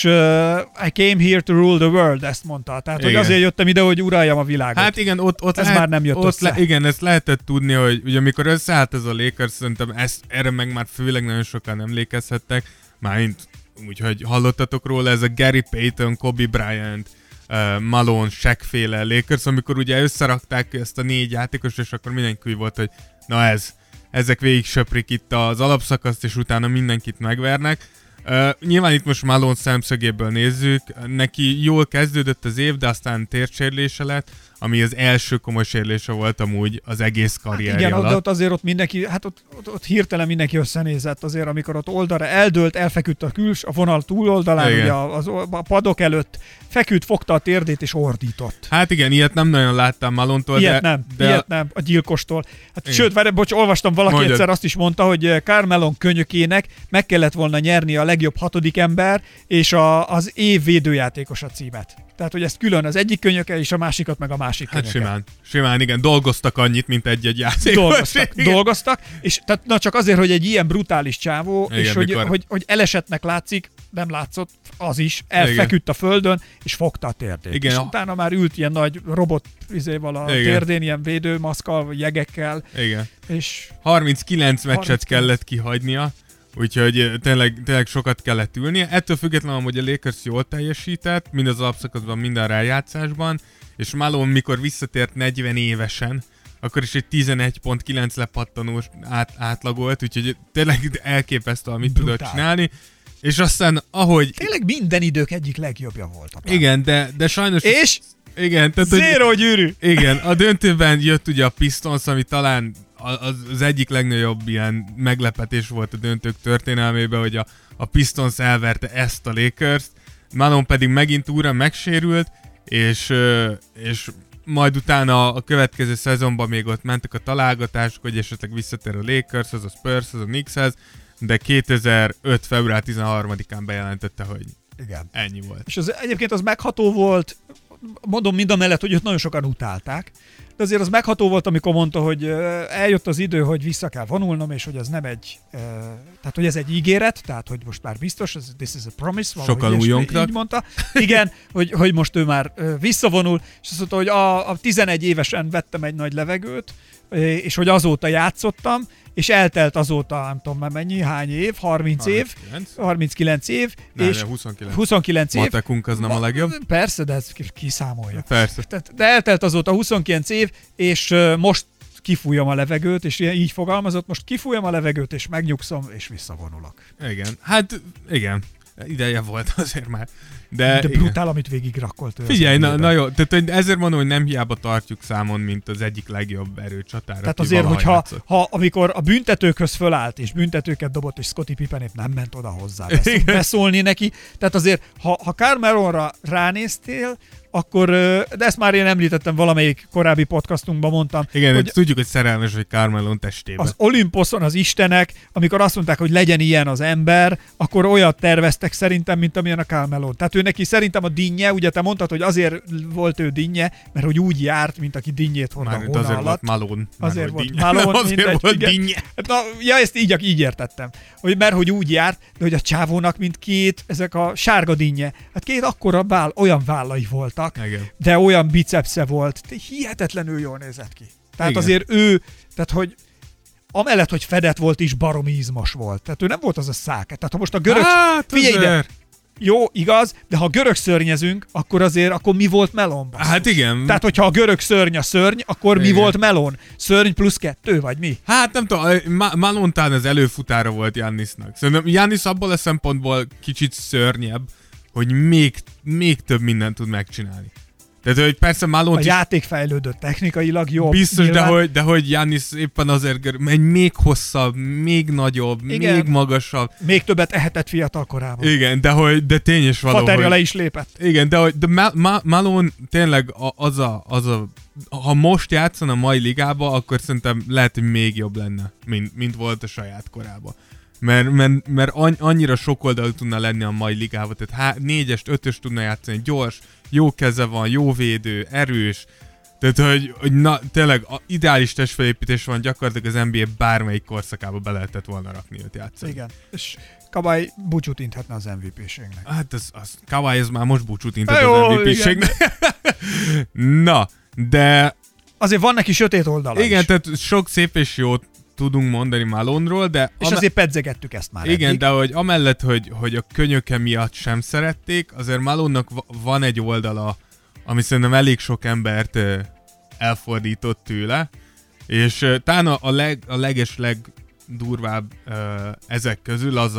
I came here to rule the world, ezt mondta. Tehát, hogy azért jöttem ide, hogy uraljam a világot. Hát igen, ott ez már nem jött össze. Igen, ezt lehetett tudni, hogy ugye amikor összeállt ez a Lakers, szerintem erre meg már főleg nagyon sokan emlékezhettek, mármint úgyhogy hallottatok róla, ez a Gary Payton, Kobe Bryant, Malone, Shaq-féle Lakers, amikor ugye összerakták ezt a 4 játékost, és akkor mindenki volt, hogy na ezek végig söprik itt az alapszakaszt, és utána mindenkit megvernek. Nyilván itt most Malone szemszögéből nézzük, neki jól kezdődött az év, de aztán térsérülése lett, ami az első komoly sérülése volt amúgy az egész karrierje alatt. Igen, de ott azért ott mindenki, hát ott hirtelen mindenki összenézett azért, amikor ott oldalra eldőlt, elfeküdt a vonal túloldalán, ugye a padok előtt, feküdt, fogta a térdét és ordított. Hát igen, ilyet nem nagyon láttam Malone-tól, ilyet nem, a gyilkostól. Hát, sőt, olvastam valaki egyszer azt is mondta, hogy Carmelo könyökének meg kellett volna nyerni a legjobb 6. ember és az év védőjátékos a címet. Tehát, hogy ezt külön az egyik könyöke és a másikat meg a másik könyöke. Hát simán, igen. Dolgoztak annyit, mint egy játékos. Dolgoztak, és tehát, na csak azért, hogy egy ilyen brutális csávó, igen, és hogy elesetnek látszik, nem látszott, az is, elfeküdt a földön, és fogta a térdét. Igen. És utána már ült ilyen nagy robot a térdén, ilyen védőmaszkkal, jegekkel. Igen. És 39 meccset kellett kihagynia, úgyhogy tényleg sokat kellett ülnie. Ettől függetlenül, hogy a Lakers jól teljesített, mind az alapszakaszban, mind a rájátszásban, és Malone mikor visszatért 40 évesen, akkor is egy 11.9 lepattanós átlagolt, úgyhogy tényleg elképesztő, amit tudott csinálni. És aztán, ahogy... Tényleg minden idők egyik legjobbja volt. Igen, de sajnos... És? Igen, tehát, zéro gyűrű! Igen, a döntőben jött ugye a Pistons, ami talán az egyik legnagyobb ilyen meglepetés volt a döntők történelmében, hogy a Pistons elverte ezt a Lakers-t, Malone pedig megint újra megsérült, és majd utána a következő szezonban még ott mentek a találgatások, hogy esetleg visszatér a Lakershoz, a Spurshoz, a Knickshez, de 2005. február 13-án bejelentette, hogy igen. Ennyi volt. És egyébként az megható volt, mondom mindamellett, hogy őt nagyon sokan utálták, de azért az megható volt, amikor mondta, hogy eljött az idő, hogy vissza kell vonulnom, és hogy ez nem egy, tehát hogy ez egy ígéret, tehát hogy most már biztos, this is a promise, sokan újonknak. Így mondta. Igen, hogy most ő már visszavonul, és azt mondta, hogy a 11 évesen vettem egy nagy levegőt, és hogy azóta játszottam, és eltelt azóta, nem tudom már mennyi, hány év, 39 év, és 29 év. Matekunk az nem a legjobb. Persze, de ez kiszámolja. Persze. De eltelt azóta 29 év, és most kifújjam a levegőt, és így fogalmazott, most kifújam a levegőt, és megnyugszom, és visszavonulok. Igen, hát igen, ideje volt azért már. De brutál, amit végigrakkolt. Figyelj, na jó, tehát ezért mondom, hogy nem hiába tartjuk számon, mint az egyik legjobb erőcsatára. Tehát azért, hogyha amikor a büntetőkhöz fölállt, és büntetőket dobott, és Scottie Pippen épp nem ment oda hozzá beszólni neki, tehát azért, ha Carmelonra ránéztél, akkor, de ezt már én említettem valamelyik korábbi podcastunkban, mondtam. Igen, hogy tudjuk, hogy szerelmes vagy Carmelon testében. Az Olimposzon az istenek, amikor azt mondták, hogy legyen ilyen az ember, akkor olyat terveztek szerintem, mint amilyen a Carmelon. Tehát ő neki szerintem a dinnye, ugye te mondtad, hogy azért volt ő dinnye, mert hogy úgy járt, mint aki dinnyét hord a hóna azért alatt. Volt Malone. Azért volt Malone, azért volt dinnye. Na, ja, ezt így értettem. Mert hogy úgy járt, de hogy a csávónak, mint ezek a sárga dinnye. Hát két akkora olyan vállai voltak. Igen. De olyan bicepsze volt, hihetetlenül jól nézett ki. Tehát igen. Azért ő, tehát hogy amellett, hogy fedett volt is, baromi izmos volt. Tehát ő nem volt az a szák. Tehát ha most a görög... Figyelj ide! Jó, igaz, de ha görög szörnyezünk, akkor mi volt melon? Basszus. Hát igen. Tehát, hogyha a görög szörny a szörny, akkor igen. Mi volt melon? Szörny plusz 2, vagy mi? Hát nem tudom, Malontán az előfutára volt Giannisnak. Szerintem Giannis abból a szempontból kicsit szörnyebb, hogy még több mindent tud megcsinálni. Tehát, hogy persze Malone a játék fejlődött technikailag jobb. Biztos, de hogy Giannis éppen azért megy még hosszabb, még nagyobb, igen. Még magasabb. Még többet ehetett fiatal korában. Igen, de tény is való, Faterja le is lépett. Igen, de Malone tényleg ha most játszana a mai ligába, akkor szerintem lehet, hogy még jobb lenne, mint volt a saját korában. Mert annyira sokoldalú tudna lenni a mai ligában, tehát 4-est, 5-ös tudna játszani, gyors, jó keze van, jó védő, erős, tehát hogy tényleg ideális testfelépítés van, gyakorlatilag az NBA bármelyik korszakába be lehetett volna rakni őt játszani. Igen, és Kawhi búcsút inthetne az MVP-ségnek. Hát Kawhi ez már most búcsút inthet az MVP-ségnek. Na, de... Azért van neki sötét oldala igen, is. Tehát sok szép és jót tudunk mondani Malone-ról, de... És azért pedzegettük ezt már igen, eddig. de hogy amellett, hogy a könyöke miatt sem szerették, azért Malone-nak van egy oldala, ami szerintem elég sok embert elfordított tőle, és talán a legdurvább ezek közül az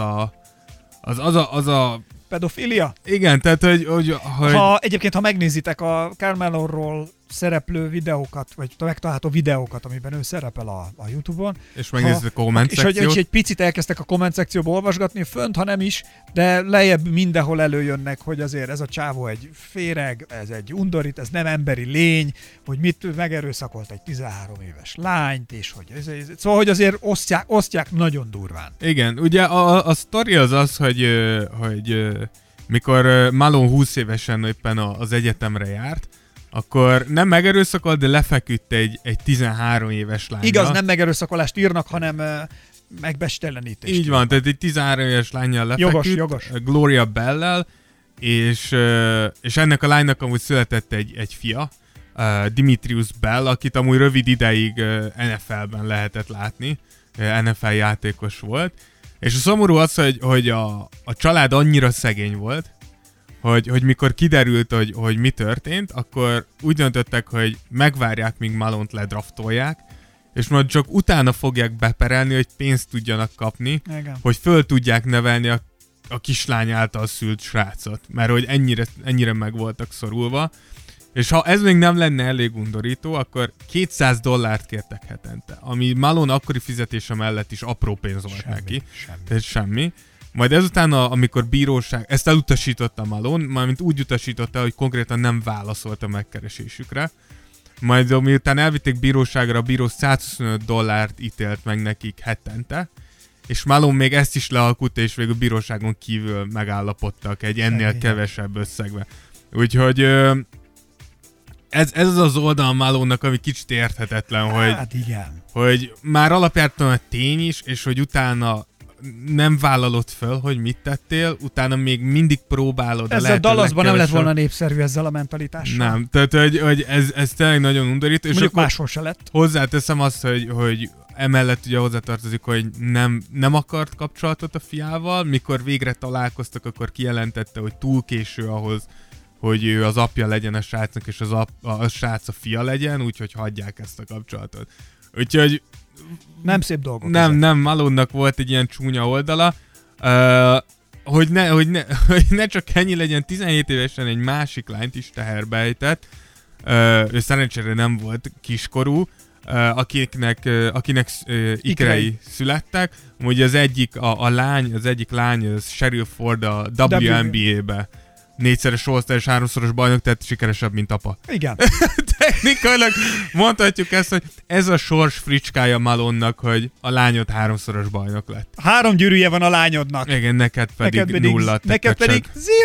a pedofilia? Igen, tehát hogy... Egyébként, ha megnézitek a Carmelonról szereplő videókat, vagy megtalálható videókat, amiben ő szerepel a YouTube-on. És megnézitek a komment szekciót. És egy picit elkezdtek a komment szekcióba olvasgatni, fönt, ha nem is, de lejjebb mindenhol előjönnek, hogy azért ez a csávó egy féreg, ez egy undorít, ez nem emberi lény, hogy mit megerőszakolt egy 13 éves lányt, és hogy szóval, hogy azért osztják nagyon durván. Igen, ugye a sztori az, hogy mikor Malone 20 évesen éppen az egyetemre járt, akkor nem megerőszakolt, de lefeküdt egy 13 éves lányra. Igaz, nem megerőszakolást írnak, hanem megbestelenítést. Így van, tehát egy 13 éves lánnyal lefeküdt, jogos. Gloria Bell-lel, és ennek a lánynak amúgy született egy fia, Dimitrius Bell, akit amúgy rövid ideig NFL-ben lehetett látni, NFL játékos volt, és a szomorú az, hogy a család annyira szegény volt, hogy mikor kiderült, hogy mi történt, akkor úgy döntöttek, hogy megvárják, míg Malone-t ledraftolják, és majd csak utána fogják beperelni, hogy pénzt tudjanak kapni, igen. Hogy föl tudják nevelni a kislány által szült srácot, mert hogy ennyire meg voltak szorulva. És ha ez még nem lenne elég undorító, akkor $200 kértek hetente, ami Malone akkori fizetése mellett is apró pénz volt neki. Tehát semmi. Majd ezután, amikor bíróság, ezt elutasította Malone, mármint úgy utasította, hogy konkrétan nem válaszolt a megkeresésükre. Majd miután elvitték bíróságra, a bíró $125 ítélt meg nekik hetente, és Malone még ezt is lealkutta, és végül bíróságon kívül megállapodtak egy ennél kevesebb összegbe. Úgyhogy ez az oldal Malone-nak, ami kicsit érthetetlen, Hát igen. hogy már alapjártan a tény is, és hogy utána nem vállalod föl, hogy mit tettél, utána még mindig próbálod. Ezzel Dallasban nem lett volna népszerű ezzel a mentalitással. Nem, tehát hogy ez tényleg nagyon undorító. Mondjuk máshol se lett. Hozzáteszem azt, hogy emellett ugye hozzátartozik, hogy nem akart kapcsolatot a fiával, mikor végre találkoztak, akkor kijelentette, hogy túl késő ahhoz, hogy ő az apja legyen a srácnak, és a srác a fia legyen, úgyhogy hagyják ezt a kapcsolatot. Úgyhogy nem szép dolgok. Nem, Malone-nak volt egy ilyen csúnya oldala, hogy ne csak ennyi legyen, 17 évesen egy másik lányt is teherbe ejtett, ő szerencsére nem volt kiskorú, akinek ikrei születtek. Ugye az egyik az egyik lány, az Sheryl Ford a WNBA-be 4-szeres All-Star és 3-szoros bajnok, tehát sikeresebb, mint apa. Igen. Technikailag mondhatjuk ezt, hogy ez a sors fricskája Malone-nak, hogy a lányod 3-szoros bajnok lett. 3 gyűrűje van a lányodnak. Igen, neked pedig 0. Neked pedig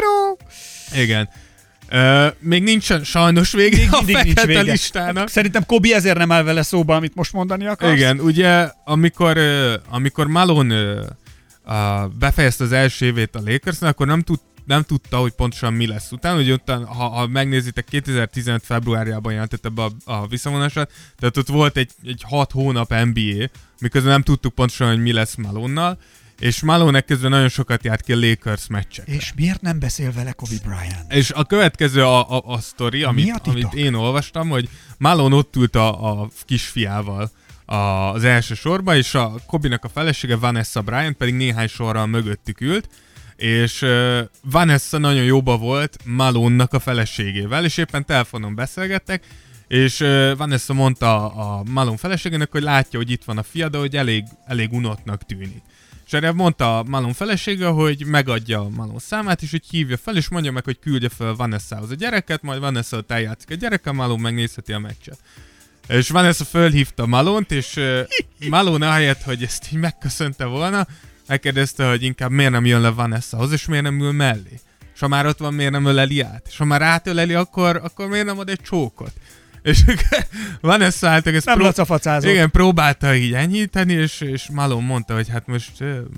0. Igen. Még nincsen sajnos vége a fekete listának. Szerintem Kobe ezért nem áll vele szóba, amit most mondani akarsz. Igen, ugye amikor Malone befejezte az első évét a Lakersnál, akkor nem tudta, hogy pontosan mi lesz utána. Ugye utána, ha megnézitek, 2015 februárjában jelentett ebbe a visszavonását, tehát ott volt egy 6 hónap NBA, miközben nem tudtuk pontosan, hogy mi lesz Malone-nal, és Malone közben nagyon sokat járt ki a Lakers meccsekre. És miért nem beszél vele Kobe Bryant? És a következő a sztori, amit én olvastam, hogy Malone ott ült a kisfiával az első sorba, és a Kobe-nak a felesége Vanessa Bryant pedig néhány sorral mögöttük ült, és Vanessa nagyon jóba volt Malone-nak a feleségével, és éppen telefonon beszélgettek, és Vanessa mondta a Malone feleségének, hogy látja, hogy itt van a fia, de hogy elég unottnak tűnik. És erre mondta a Malone felesége, hogy megadja a Malone számát, és hogy hívja fel, és mondja meg, hogy küldje fel Vanessához a gyereket, majd Vanessa ott eljátszik a gyerekkel, Malone megnézheti a meccset. És Vanessa fölhívta Malone-t, és Malone ahelyett, hogy ezt így megköszönte volna, megkérdezte, hogy inkább miért nem jön le Vanessahoz, és miért nem ül mellé. És ha már ott van, miért nem öleli át. És ha már átöleli, akkor miért nem ad egy csókot. És Vanessa álltak, ezt igen, próbálta így enyhíteni, és Malone mondta, hogy hát most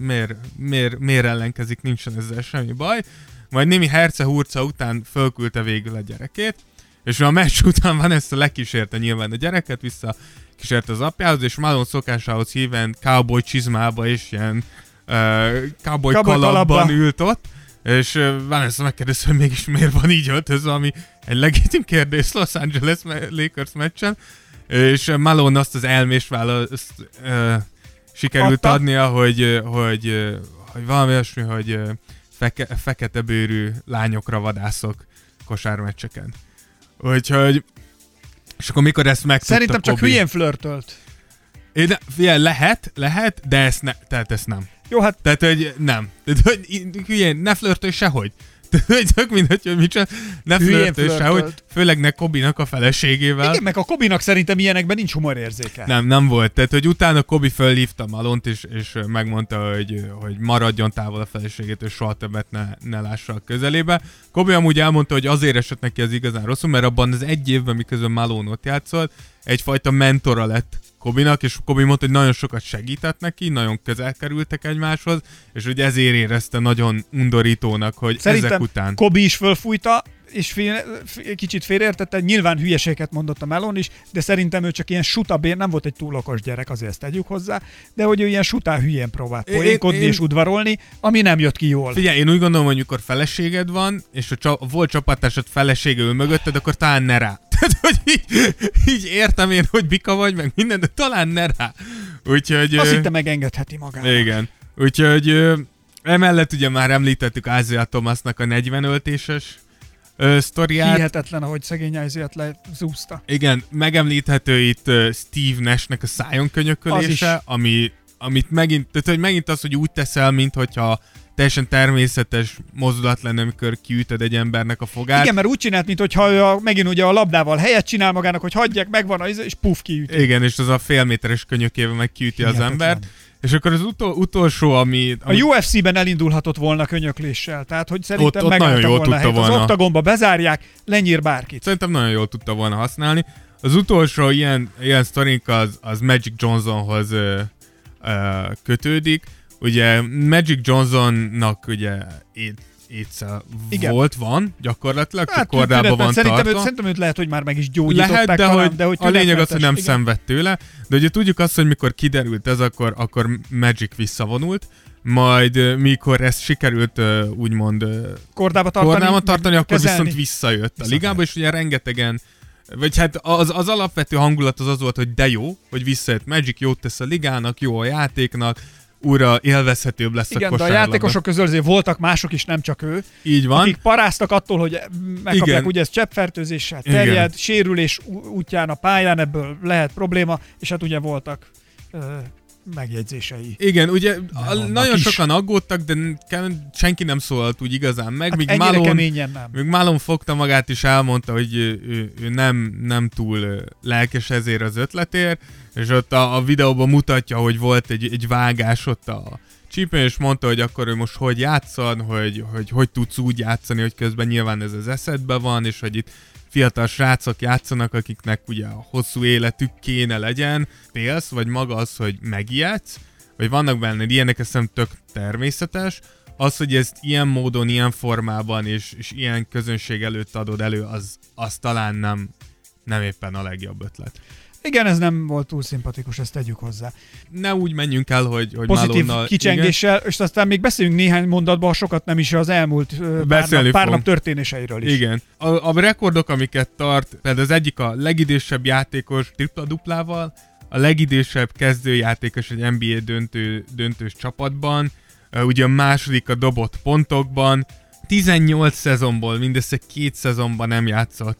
miért ellenkezik, nincsen ezzel semmi baj. Majd némi herce-hurca után fölküldte végül a gyerekét, és a meccs után Vanessa lekísérte nyilván a gyereket, visszakísérte az apjához, és Malone szokásához híven cowboy csizmába és ilyen cowboy kalapban ült ott, és Vanessa megkérdezte, hogy mégis miért van így öltözve, ami egy legitim kérdés Los Angeles Lakers meccsen, és Malone azt az elmés választ sikerült adnia, hogy valami olyasmi, hogy fekete bőrű lányokra vadászok kosármeccseken. Úgyhogy, és akkor mikor ezt megtudta Szerintem csak Kobe, hülyén flörtölt. Lehet, de ezt nem. Jó, hát... Tehát, hogy nem. Tehát, hogy hülyén, ne flörtölj sehogy. Tehát, tök mindegy, hogy mit csinál, ne flörtölj sehogy. Főleg ne Kobe-nak a feleségével. Igen, meg a Kobe-nak szerintem ilyenekben nincs humorérzéke. Nem volt. Tehát, hogy utána Kobe fölhívta Malone-t, és megmondta, hogy maradjon távol a feleségét, és soha többet ne lássa a közelébe. Kobe amúgy elmondta, hogy azért esett neki az igazán rosszul, mert abban az egy évben, miközben Malone ott játszott, egyfajta mentora lett Kobe-nak, és Kobe mondta, hogy nagyon sokat segített neki, nagyon közel kerültek egymáshoz, és hogy ezért érezte nagyon undorítónak, hogy szerintem ezek után... Kobe is fölfújta, és kicsit félreértette, nyilván hülyeséget mondott a Malone is, de szerintem ő csak ilyen sutabér, nem volt egy túl okos gyerek, azért ezt tegyük hozzá, de hogy ő ilyen sutá hülyén próbált poénkodni és udvarolni, ami nem jött ki jól. Figyelj, én úgy gondolom, hogy mikor feleséged van, és volt csapattársad felesége ül mögötted, akkor talán ne rá. Tehát, hogy így értem én, hogy bika vagy, meg minden, de talán ne rá. Úgyhogy... Azt hitte megengedheti magának. Igen. Úgyhogy emellett ugye már említettük Isaiah Thomasnak a 40 öltéses sztoriát. Hihetetlen, ahogy szegény Isaiah-t lezúzta. Igen, megemlíthető itt Steve Nash-nek a szájon könyökölése, amit megint, tehát hogy megint az, hogy úgy teszel, minthogyha teljesen természetes mozdulat lenne, amikor kiütöd egy embernek a fogát. Igen, mert úgy csinált, mintha megint ugye a labdával helyet csinál magának, hogy hagyják, megvan és puf, kiüti. Igen, és az a fél méteres könyökével meg kiüti az embert. És akkor az utolsó, ami... A UFC-ben elindulhatott volna könyökléssel, tehát hogy szerintem ott megállta volna helyet. volna. Az oktagonba bezárják, lenyír bárkit. Szerintem nagyon jól tudta volna használni. Az utolsó ilyen sztorink az Magic Johnsonhoz kötődik. Ugye Magic Johnsonnak ugye étszel van gyakorlatilag, csak kordában van tartva. Szerintem őt lehet, hogy már meg is gyógyították. Lehet, de hogy a lényeg az, hogy nem igen. szenved tőle. De ugye tudjuk azt, hogy mikor kiderült ez, akkor Magic visszavonult. Majd mikor ezt sikerült úgymond kordába tartani, akkor kezelni. viszont visszajött a ligába, és ugye rengetegen, vagy hát az alapvető hangulat az volt, hogy de jó, hogy visszajött Magic, jót tesz a ligának, jó a játéknak, újra élvezhetőbb lesz a kosárlabda. De a játékosok közül azért voltak mások is, nem csak ő. Így van. Akik paráztak attól, hogy megkapják, ugye ez cseppfertőzéssel terjed, sérülés útján a pályán, ebből lehet probléma, és hát ugye voltak megjegyzései. Igen, ugye nagyon sokan aggódtak, de senki nem szólalt úgy igazán meg. Hát míg Malone fogta magát és elmondta, hogy ő nem túl lelkes ezért az ötletért, és ott a videóban mutatja, hogy volt egy vágás ott a csípőn, és mondta, hogy akkor ő most hogy játszan, hogy tudsz úgy játszani, hogy közben nyilván ez az eszedben van, és hogy itt fiatal srácok játszanak, akiknek ugye a hosszú életük kéne legyen, félsz, vagy maga az, hogy megijedsz, vagy vannak benne ilyenek, ez nem tök természetes. Az, hogy ezt ilyen módon, ilyen formában és ilyen közönség előtt adod elő, az talán nem éppen a legjobb ötlet. Igen, ez nem volt túl szimpatikus, ezt tegyük hozzá. Ne úgy menjünk el, hogy pozitív Malone-nal, kicsengéssel, és aztán még beszéljünk néhány mondatban, sokat nem is az elmúlt pár nap történéseiről is. Igen. A rekordok, amiket tart, például az egyik a legidősebb játékos tripla-duplával, a legidősebb kezdőjátékos egy NBA döntős csapatban, ugye a második a dobott pontokban, 18 szezonból mindössze 2 szezonban nem játszott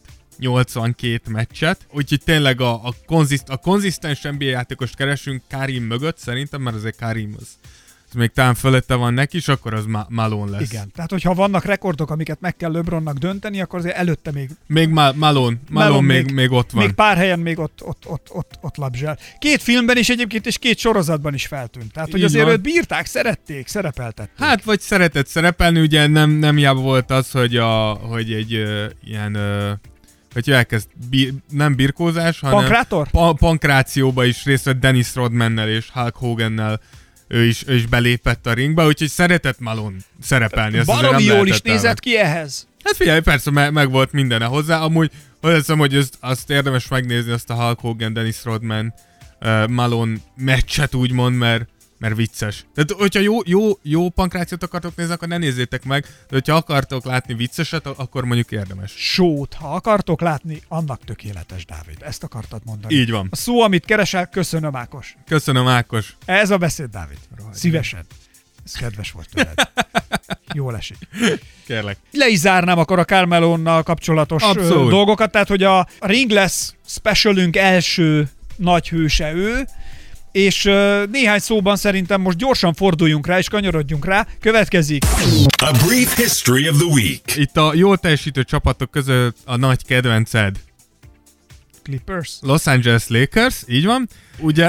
82 meccset, úgyhogy tényleg a konzisztens NBA játékost keresünk Karim mögött, szerintem, mert azért Karim az még talán fölötte van neki, és akkor az Malone lesz. Igen, tehát hogyha vannak rekordok, amiket meg kell LeBronnak dönteni, akkor azért előtte még Malone még ott van. Még pár helyen még ott labzsel. 2 filmben is egyébként, és 2 sorozatban is feltűnt. Tehát, hogy azért őt bírták, szerették, szerepeltették. Hát, vagy szeretett szerepelni, ugye nem hiába volt az, hogy egy ilyen... hogy elkezd nem birkózás, hanem pankrációba is részt vett Dennis Rodmannel és Hulk Hogannel, ő is belépett a ringbe, úgyhogy szeretett Malone szerepelni. Baromi jól is nézett ki ehhez. Hát figyelj, persze, meg volt mindene hozzá. Amúgy hiszem, hogy azt érdemes megnézni, azt a Hulk Hogan, Dennis Rodman, Malone meccset úgymond, mert vicces. Tehát, hogyha jó pankrációt akartok nézni, akkor ne nézzétek meg, de hogyha akartok látni vicceset, akkor mondjuk érdemes. Sót, ha akartok látni, annak tökéletes, Dávid. Ezt akartad mondani. Így van. A szó, amit keresel, köszönöm, Ákos. Köszönöm, Ákos. Ez a beszéd, Dávid. Szívesen. Ez kedves volt tőled. Jól esik. Kérlek. Le is zárnám akkor a Carmelonnal kapcsolatos dolgokat, tehát hogy a Ringless specialünk első nagy hőse ő, és néhány szóban szerintem most gyorsan forduljunk rá, és kanyarodjunk rá. Következik. A brief history of the week. Itt a jól teljesítő csapatok között a nagy kedvenced. Clippers. Los Angeles Lakers, így van. Ugye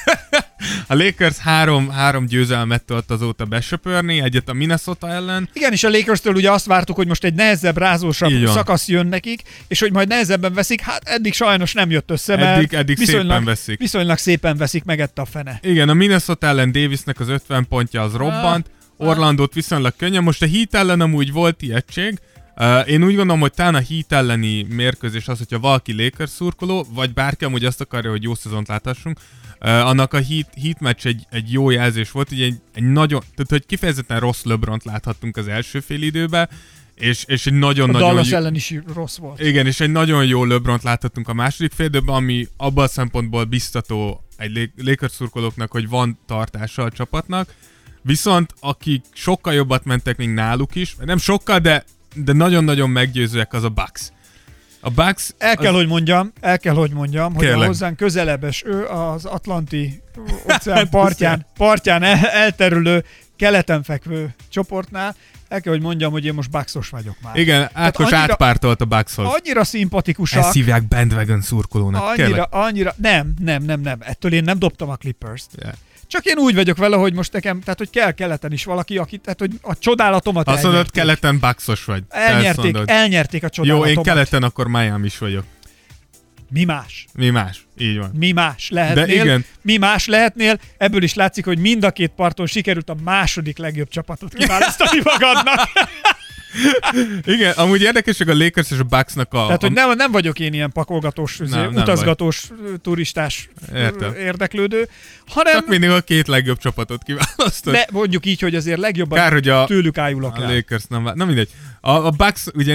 a Lakers három győzelmet tudott azóta besöpörni, egyet a Minnesota ellen. Igen, és a Lakers-től ugye azt vártuk, hogy most egy nehezebb, rázósabb szakasz jön nekik, és hogy majd nehezebben veszik, hát eddig sajnos nem jött össze, mert eddig viszonylag szépen veszik, megette a fene. Igen, a Minnesota ellen Davisnek az 50 pontja az robbant, Orlandót viszonylag könnyen, most a Heat ellen amúgy volt ilyettség. Én úgy gondolom, hogy talán a Heat elleni mérkőzés az, hogyha valaki Lakers szurkoló, vagy bárki amúgy azt akarja, hogy jó szezont láthassunk, annak a Heat meccs egy jó jelzés volt, ugye egy nagyon, tehát hogy kifejezetten rossz LeBront láthattunk az első fél időben, és egy nagyon-nagyon... A Dallas ellen is rossz volt. Igen, és egy nagyon jó LeBront láthattunk a második fél időben, ami abban a szempontból biztató egy Lakers szurkolóknak, hogy van tartása a csapatnak, viszont akik sokkal jobbat mentek még náluk is, nem sokkal, de nagyon-nagyon meggyőzőek, az a Bucks. A Bucks... El kell, hogy mondjam, hogy a hozzánk közelebbes ő az Atlanti óceán partján elterülő, keleten fekvő csoportnál, el kell, hogy mondjam, hogy én most Bucks-os vagyok már. Igen, Ákos átpártolt a Buckshoz. Annyira szimpatikusak. Ezt hívják bandwagon szurkolónak. Annyira, nem. Ettől én nem dobtam a Clippers-t. Yeah. Csak én úgy vagyok vele, hogy most nekem, tehát hogy kell keleten is valaki, aki, tehát hogy a csodálatomat azt mondod, keleten Bucks-os vagy. Elnyerték a csodálatomat. Jó, én keleten akkor Miami is vagyok. Mi más? Mi más, így van. Mi más lehetnél? De igen. Mi más lehetnél? Ebből is látszik, hogy mind a két parton sikerült a második legjobb csapatot kiválasztani magadnak. Igen, amúgy érdekesek a Lakers és a Bucksnak a... Tehát, hogy nem vagyok én ilyen pakolgatós, utazgatós, turistás érdeklődő, hanem... Csak mindig a két legjobb csapatot kiválasztod. De mondjuk így, hogy azért legjobban kár, hogy tőlük ájulok le. A Lakers nem... Na mindegy. A Bucks ugye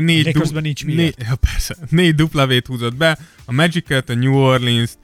négy duplavét húzott be, a Magic-et, a New Orleans-t,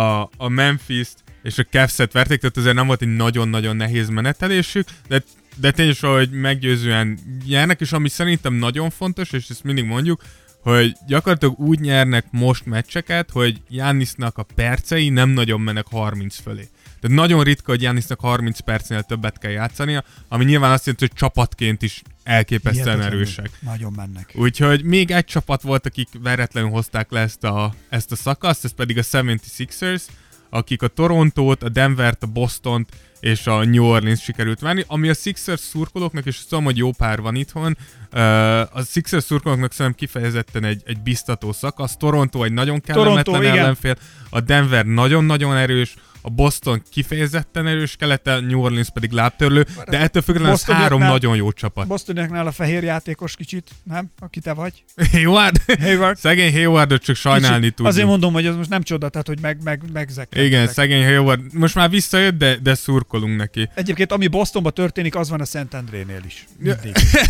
a Memphis-t és a Cavs-et verték, tehát azért nem volt egy nagyon-nagyon nehéz menetelésük, de tényleg, hogy meggyőzően nyernek, és ami szerintem nagyon fontos, és ezt mindig mondjuk, hogy gyakorlatilag úgy nyernek most meccseket, hogy Giannisnak a percei nem nagyon mennek 30 fölé. Tehát nagyon ritka, hogy Giannisnak 30 percnél többet kell játszania, ami nyilván azt jelenti, hogy csapatként is elképesztően erősek. Nagyon mennek. Úgyhogy még egy csapat volt, akik veretlenül hozták le ezt a szakaszt, ez pedig a 76ers, akik a Torontót, a Denvert, a Bostont és a New Orleans sikerült várni, ami a Sixers szurkolóknak, és tudom, hogy jó pár van itthon, a Sixers szurkolóknak szerintem kifejezetten egy biztató szakasz, Toronto egy nagyon kellemetlen ellenfél, a Denver nagyon-nagyon erős, a Boston kifejezetten erős kelete, New Orleans pedig lábtörlő, de ettől függetlenül ez három nagyon jó csapat. Bostoniaknál a fehér játékos kicsit, nem? Aki te vagy. Hayward? Szegény Haywardot csak sajnálni tudjuk. Azért mondom, hogy ez most nem csoda, tehát hogy megzekkedtek. Igen, szegény Hayward. Most már visszajött, de szurkolunk neki. Egyébként ami Bostonban történik, az van a Szent Andrénél is. Mindig.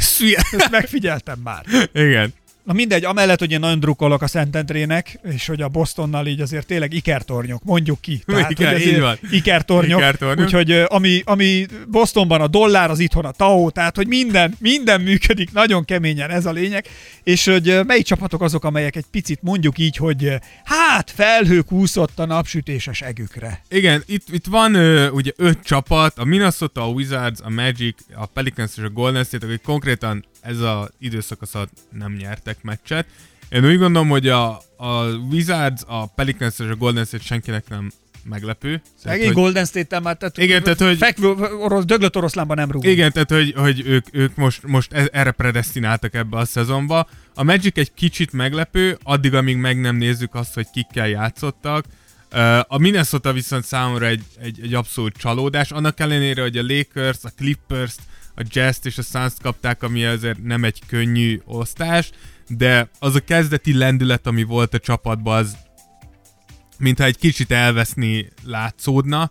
Ezt megfigyeltem már. Igen. Na mindegy, amellett, hogy én nagyon drukkolok a Szent Andrének, és hogy a Bostonnal így azért tényleg ikertornyok, mondjuk ki. Tehát, igen, így van. Ikertornyok. Úgyhogy ami Bostonban a dollár, az itthon a TAO, tehát hogy minden működik, nagyon keményen, ez a lényeg. És hogy melyik csapatok azok, amelyek egy picit mondjuk így, hogy hát felhők úszott a napsütéses egükre. Igen, itt van ugye 5 csapat, a Minnesota, a Wizards, a Magic, a Pelicans és a Golden State, akik konkrétan ez az időszakaszat nem nyertek meccset. Én úgy gondolom, hogy a Wizards, a Pelicans és a Golden State senkinek nem meglepő. Szegény Golden State-tel már, tehát hogy fekvő döglött oroszlánban nem rúgunk. Igen, tehát hogy ők most erre predesztináltak ebbe a szezonba. A Magic egy kicsit meglepő, addig, amíg meg nem nézzük azt, hogy kikkel játszottak. A Minnesota viszont számomra egy abszolút csalódás, annak ellenére, hogy a Lakers, a Clippers, a Jazz-t és a Suns-t kapták, ami azért nem egy könnyű osztás, de az a kezdeti lendület, ami volt a csapatban, az mintha egy kicsit elveszni látszódna.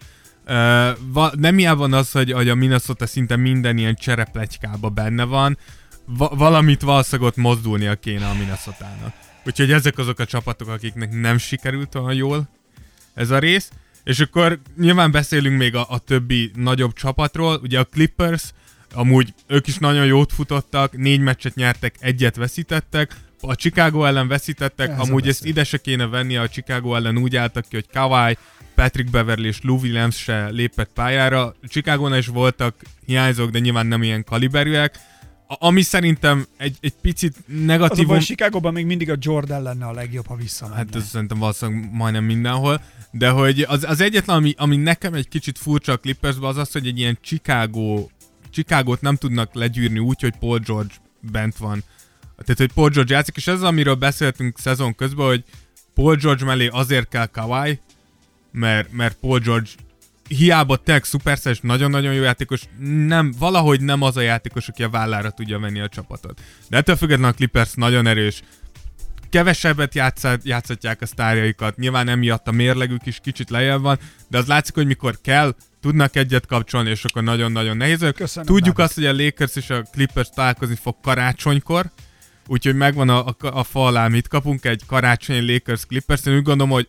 Nem ilyen van az, hogy a Minnesota szinte minden ilyen csereplegykába benne van, valamit valószínűleg ott mozdulnia kéne a Minnesotának. Úgyhogy ezek azok a csapatok, akiknek nem sikerült olyan jól ez a rész. És akkor nyilván beszélünk még a többi nagyobb csapatról, ugye a Clippers, amúgy ők is nagyon jót futottak, 4 meccset nyertek, 1-et veszítettek, a Chicago ellen veszítettek, amúgy ezt ide se kéne venni, a Chicago ellen úgy álltak ki, hogy Kawhi, Patrick Beverley és Lou Williams se lépett pályára. Chicagónál is voltak hiányzók, de nyilván nem ilyen kaliberűek. Ami szerintem egy picit negatívum... Az a Chicagóban még mindig a Jordan lenne a legjobb, ha visszamenne. Hát ez szerintem valószínűleg majdnem mindenhol. De hogy az egyetlen, ami nekem egy kicsit furcsa a Clippersben, az az, hogy egy ilyen Chicagót nem tudnak legyűrni úgy, hogy Paul George bent van. Tehát, hogy Paul George játszik, és ez az, amiről beszéltünk szezon közben, hogy Paul George mellé azért kell Kawhi, mert Paul George hiába tényleg szuperstar és nagyon-nagyon jó játékos, valahogy nem az a játékos, aki a vállára tudja venni a csapatot. De ettől függetlenül a Clippers nagyon erős. Kevesebbet játszatják a sztárjaikat, nyilván emiatt a mérlegük is kicsit lejjebb van, de az látszik, hogy mikor kell, tudnak egyet kapcsolni, és akkor nagyon-nagyon nehéz. Tudjuk azt, hogy a Lakers és a Clippers találkozni fog karácsonykor, úgyhogy megvan a fa alá, mit kapunk, egy karácsonyi Lakers-Clippers. Én úgy gondolom, hogy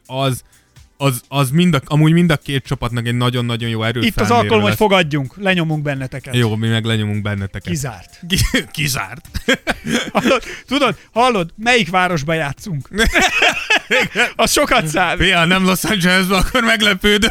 az amúgy mind a két csapatnak egy nagyon-nagyon jó erőfelmérő. Itt az alkalom, hogy fogadjunk, lenyomunk benneteket. Jó, mi meg lenyomunk benneteket. Kizárt. Kizárt. Hallod, melyik városba játszunk? Az sokat számít. Pia, nem Los Angelesben, akkor meglepődök.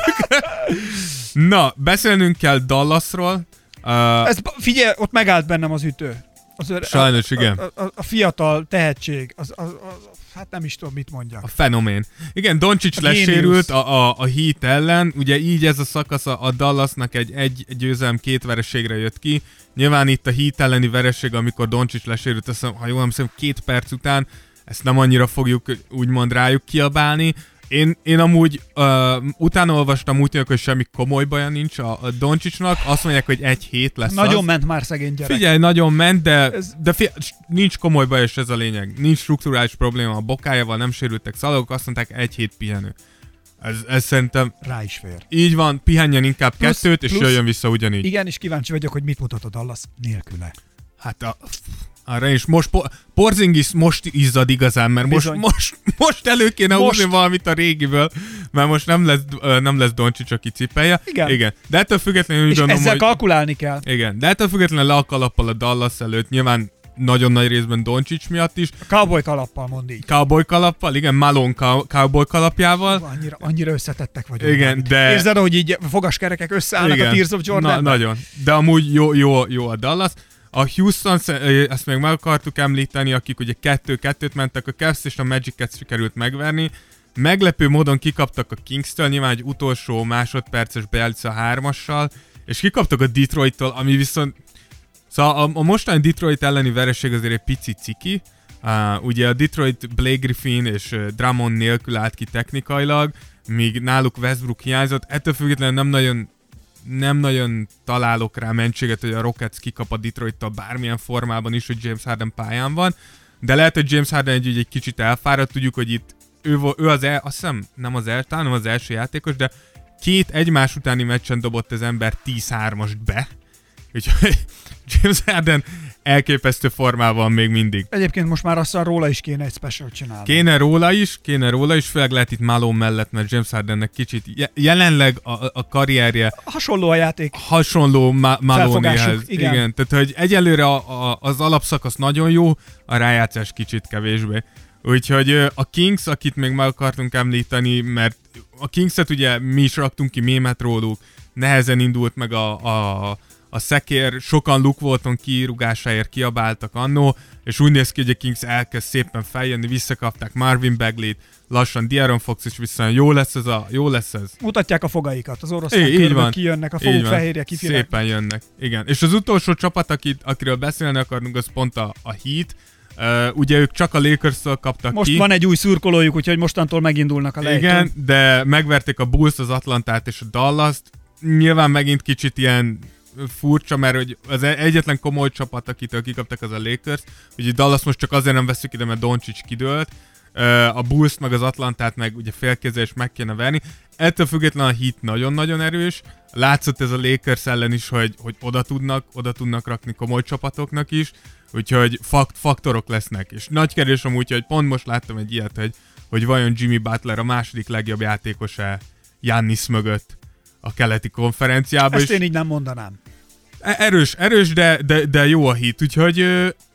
Na, beszélnünk kell Dallasról. Figyelj, ott megállt bennem az ütő. Sajnos, igen. A fiatal tehetség, Hát nem is tudom, mit mondjak. A fenomén. Igen, Doncic lesérült a Heat ellen, ugye így ez a szakasz a Dallasnak egy győzelem 2 vereségre jött ki. Nyilván itt a Heat elleni vereség, amikor Doncic lesérült, azt hiszem, ha jól emlékszem, 2 perc után, ezt nem annyira fogjuk úgymond rájuk kiabálni. Én amúgy utána olvastam, úgy tűnik, hogy semmi komoly baja nincs a Doncicnak, azt mondják, hogy 1 hét lesz. Nagyon ment már szegény gyerek. Figyelj, nagyon ment, de nincs komoly baj, és ez a lényeg. Nincs strukturális probléma a bokájával, nem sérültek szalagok, azt mondták 1 hét pihenő. Ez szerintem... Rá is fér. Így van, pihenjen inkább 2, és jöjjön vissza ugyanígy. Igen, és kíváncsi vagyok, hogy mit mutat a Dallas nélküle. Hát arra is most Porzingis most izzad igazán, mert most elő kéne húzni valamit a régiből, mert most nem lesz Doncic, aki cipelje. Igen. De ettől függetlenül és gondolom, ezzel kalkulálni kell. Igen, de ettől függetlenül le a kalappal a Dallas előtt, nyilván nagyon nagy részben Doncic miatt is. A cowboy kalappal, mondd így. Cowboy kalappal, igen, Malone cowboy kalapjával. Annyira összetettek vagyunk. Igen, de... Érzed, hogy így fogaskerekek összeállnak a Tears of Jordan? Nagyon. De amúgy jó a Dallas. A Houston, ezt még meg akartuk említeni, akik ugye 2-2-t mentek, a Cavs és a Magic-et sikerült megverni. Meglepő módon kikaptak a Kings-től, nyilván egy utolsó másodperces beállítsa 3-assal, és kikaptak a Detroit-tól, ami viszont... Szóval a mostani Detroit elleni vereség azért egy pici ciki. Ugye a Detroit Blake Griffin és Drummond nélkül állt ki technikailag, míg náluk Westbrook hiányzott. Ettől függetlenül nem nagyon találok rá mentséget, hogy a Rockets kikap a Detroit-tal bármilyen formában is, hogy James Harden pályán van. De lehet, hogy James Harden egy kicsit elfáradt. Tudjuk, hogy itt ő az azt hiszem nem az első játékos, de 2 egymás utáni meccsen dobott az ember 10-3-ast be. Úgyhogy James Harden elképesztő formában még mindig. Egyébként most már aztán róla is kéne egy special csinálni. Kéne róla is, főleg lehet itt Malone mellett, mert James Hardennek kicsit jelenleg a karrierje... Hasonló a játék. Hasonló Malonéhez. Igen. Tehát, hogy egyelőre az alapszakasz nagyon jó, a rájátszás kicsit kevésbé. Úgyhogy a Kings, akit még meg akartunk említeni, mert a Kingset ugye mi is raktunk ki mémet róluk, nehezen indult meg a szekér, sokan Luke Walton kirúgásáért kiabáltak annó, és úgy néz ki, hogy a Kings elkezd szépen feljönni, visszakapták Marvin Bagley-t, lassan De'Aaron Fox is visszajön, jó lesz ez. Mutatják a fogaikat, az oroszlán körből kijönnek, a foguk fehérje kifirek. Szépen jönnek, igen. És az utolsó csapat, akiről beszélni akarunk, az pont a Heat. Ugye ők csak a Lakers-től kaptak most ki. Most van egy új szurkolójuk, úgyhogy mostantól megindulnak a lejtőn. Igen, de megverték a Bulls, az Atlantát és a Dallast. Nyilván megint kicsit ilyen furcsa, mert hogy az egyetlen komoly csapat, akitől kikaptak, az a Lakers. Ugye Dallas most csak azért nem veszük ide, mert Doncic kidőlt. A Bulls meg az Atlantát meg ugye félkézzel is meg kéne verni. Ettől függetlenül a Heat nagyon-nagyon erős. Látszott ez a Lakers ellen is, hogy oda tudnak rakni komoly csapatoknak is. Úgyhogy faktorok lesznek. És nagy kérdés amúgy, hogy pont most láttam egy ilyet, hogy vajon Jimmy Butler a második legjobb játékos-e Giannis mögött a keleti konferenciában. Ezt én így nem mondanám. Erős, de jó a Heat, úgyhogy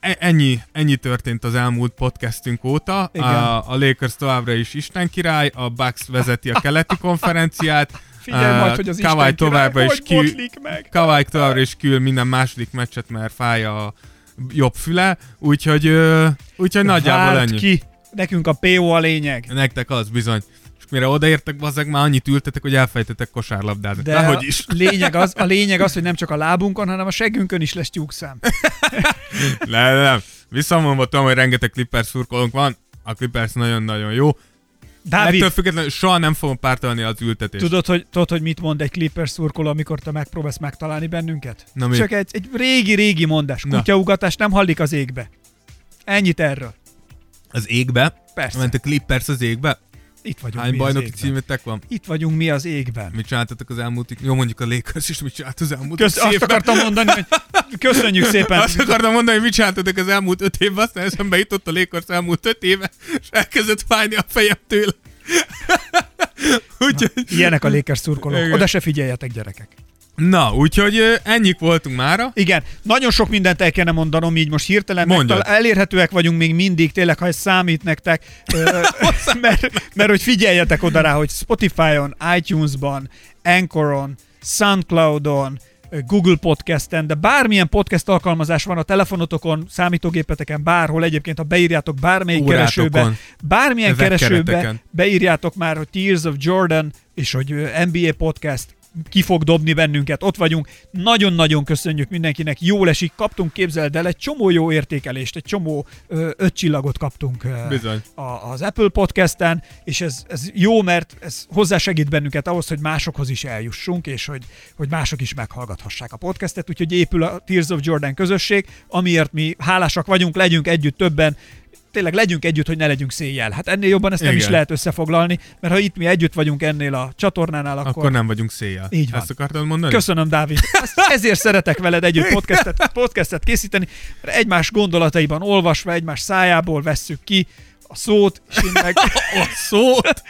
ennyi történt az elmúlt podcastünk óta. A Lakers továbbra is Isten király, a Bucks vezeti a keleti konferenciát. Figyelj majd, hogy az Isten király, hogy botlik meg. Kawhi továbbra is kül minden második meccset, mert fáj a jobb füle, úgyhogy nagyjából ennyi. Ki. Nekünk a PO a lényeg. Nektek az bizony. Mire odaértek, bazzeg, már annyit ültetek, hogy elfejtetek kosárlabdázni. De hogy is. A lényeg az, hogy nem csak a lábunkon, hanem a seggünkön is lesz tyúkszám. Nem. Visszamondva tudom, hogy rengeteg Clippers szurkolónk van. A Clippers nagyon-nagyon jó. Dávid, ettől függetlenül soha nem fogom pártolni az ültetést. Tudod, hogy mit mond egy Clippers szurkoló, amikor te megpróbálsz megtalálni bennünket? Na, csak egy régi mondás. Kutyaugatás nem hallik az égbe. Ennyit erről. Az égbe? Persze. Ment a Clippers az égbe? Itt vagyunk. Hány bajnoki címetek van? Itt vagyunk mi az égben. Mit csináltatok az elmúlt... Jó, mondjuk a Lakers is mit csinált az elmúlt Azt akartam mondani, hogy köszönjük szépen. Azt akartam mondani, hogy mit csináltatok az elmúlt 5 évben, aztán eszembe jutott a Lakers elmúlt 5 éve, és elkezdett fájni a fejem tőle. Úgyhogy... Ilyenek a Lakers szurkolók. Oda se figyeljetek, gyerekek. Na, úgyhogy ennyik voltunk mára. Igen, nagyon sok mindent el kellene mondanom, így most hirtelen elérhetőek vagyunk még mindig, tényleg, ha ez számít nektek, mert hogy figyeljetek oda rá, hogy Spotify-on, iTunes-ban, Anchoron, Soundcloud-on, Google Podcasten, de bármilyen podcast alkalmazás van a telefonotokon, számítógépeteken, bárhol, egyébként ha beírjátok bármelyik keresőbe, bármilyen keresőbe beírjátok már, hogy Tears of Jordan, és hogy NBA Podcast, ki fog dobni bennünket, ott vagyunk. Nagyon-nagyon köszönjük mindenkinek, jól esik, kaptunk, képzeld el, egy csomó jó értékelést, egy csomó 5 csillagot kaptunk az Apple Podcasten, és ez jó, mert ez hozzásegít bennünket ahhoz, hogy másokhoz is eljussunk, és hogy mások is meghallgathassák a podcastet, úgyhogy épül a Tears of Jordan közösség, amiért mi hálásak vagyunk, legyünk együtt többen, tényleg legyünk együtt, hogy ne legyünk széjjel. Hát ennél jobban ezt nem is lehet összefoglalni, mert ha itt mi együtt vagyunk ennél a csatornánál, akkor nem vagyunk széjjel. Így van. Ezt akartad mondani? Köszönöm, Dávid. Ezért szeretek veled együtt podcastet készíteni, mert egymás gondolataiban olvasva, egymás szájából vesszük ki a szót, és én meg... a szót?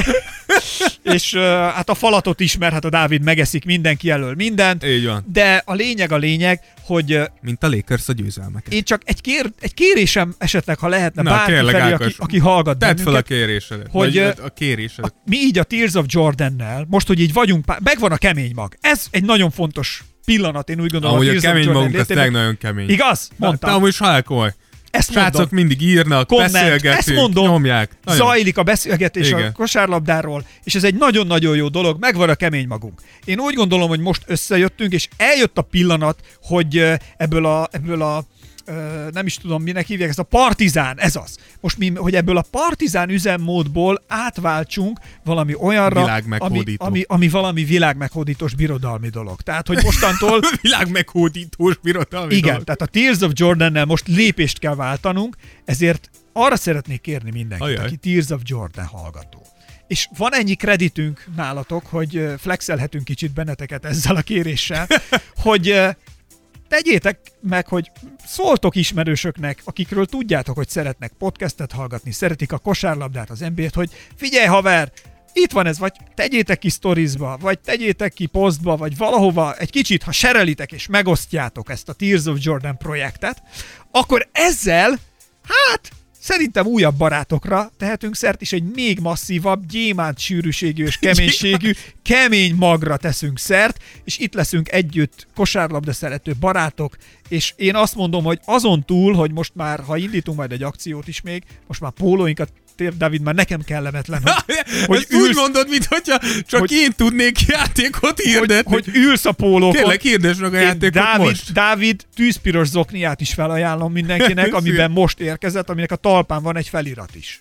És hát a falatot is, mert hát a Dávid megeszik mindenki elől mindent. Így van. De a lényeg, hogy... Mint a Lakers a győzelmeket. Én csak egy kérésem esetleg, ha lehetne bárki felé, aki hallgat bennünket. Tedd fel a kérésedet. Hogy a kérésedet. Mi így a Tears of Jordannel, most, hogy így vagyunk, megvan a kemény mag. Ez egy nagyon fontos pillanat, én úgy gondolom. Amúgy a kemény magunk, az tényleg nagyon kemény. Igaz? Mondtam. De amúgy is halálkomoly. Srácok mindig írnak, beszélgetünk, ezt mondom, nyomják. Nagyon. Zajlik a beszélgetés a kosárlabdáról, és ez egy nagyon-nagyon jó dolog, megvan a kemény magunk. Én úgy gondolom, hogy most összejöttünk, és eljött a pillanat, hogy ebből a nem is tudom, minek hívják, ez a partizán, ez az. Most mi, hogy ebből a partizán üzemmódból átváltsunk valami olyanra, ami valami világmeghódítós birodalmi dolog. Tehát, hogy mostantól... világmeghódítós birodalmi igen, dolog. Tehát a Tears of Jordannel most lépést kell váltanunk, ezért arra szeretnék kérni mindenkit, aki Tears of Jordan hallgató. És van ennyi kreditünk nálatok, hogy flexelhetünk kicsit benneteket ezzel a kéréssel, hogy tegyétek meg, hogy szóltok ismerősöknek, akikről tudjátok, hogy szeretnek podcastet hallgatni, szeretik a kosárlabdát, az NBA-t, hogy figyelj haver, itt van ez, vagy tegyétek ki sztorizba, vagy tegyétek ki posztba, vagy valahova egy kicsit, ha serelitek és megosztjátok ezt a Tears of Jordan projektet, akkor ezzel, hát szerintem újabb barátokra tehetünk szert, és egy még masszívabb, gyémánt sűrűségű és keménységű, kemény magra teszünk szert, és itt leszünk együtt kosárlabda szerető barátok, és én azt mondom, hogy azon túl, hogy most már, ha indítunk majd egy akciót is még, most már pólóinkat Dávid, már nekem kellemetlen, hogy úgy mondod, mintha csak én tudnék játékot hirdetni. Hogy ülsz a pólókon. Kérlek, hirdesd meg a játékot most. Dávid tűzpiros zokniát is felajánlom mindenkinek, amiben most érkezett, aminek a talpán van egy felirat is.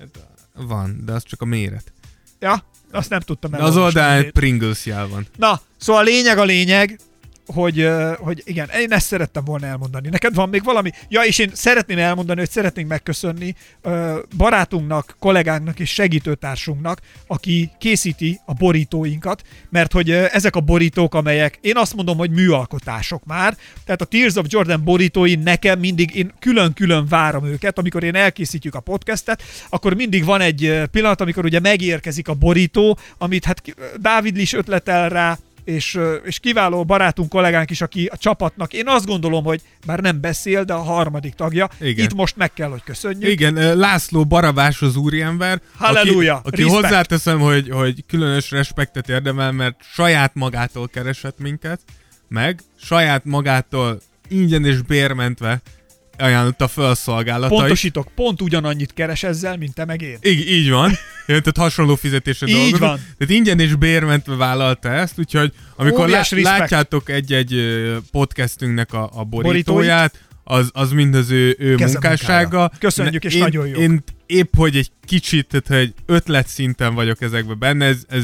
Van, de az csak a méret. Ja, azt nem tudtam el. Az oldalán egy Pringles jel van. Na, szóval a lényeg, hogy igen, én ezt szerettem volna elmondani. Neked van még valami? Ja, és én szeretném elmondani, hogy szeretnénk megköszönni barátunknak, kollégánknak és segítőtársunknak, aki készíti a borítóinkat, mert hogy ezek a borítók, amelyek én azt mondom, hogy műalkotások már, tehát a Tears of Jordan borítói nekem mindig, én külön-külön várom őket, amikor én elkészítjük a podcastet, akkor mindig van egy pillanat, amikor ugye megérkezik a borító, amit hát Dávid is ötletel rá, és kiváló barátunk, kollégánk is, aki a csapatnak, én azt gondolom, hogy bár nem beszél, de a harmadik tagja. Igen. Itt most meg kell, hogy köszönjük. Igen, László Barabás az úriember. Halleluja! Aki hozzáteszem, hogy különös respektet érdemel, mert saját magától keresett minket, meg saját magától ingyen és bérmentve ajánlotta fel a szolgálatait. Pontosítok, pont ugyanannyit keres ezzel, mint te meg én. Így van. Tehát hasonló fizetésre dolgozunk. Így van. Tehát ingyen és bérmentve vállalta ezt, úgyhogy amikor látjátok egy podcastünknek a borítóját, az mind az ő munkássága. Köszönjük, és nagyon jó. Én épp, hogy egy kicsit, tehát hogy ötlet szinten vagyok ezekben benne, ez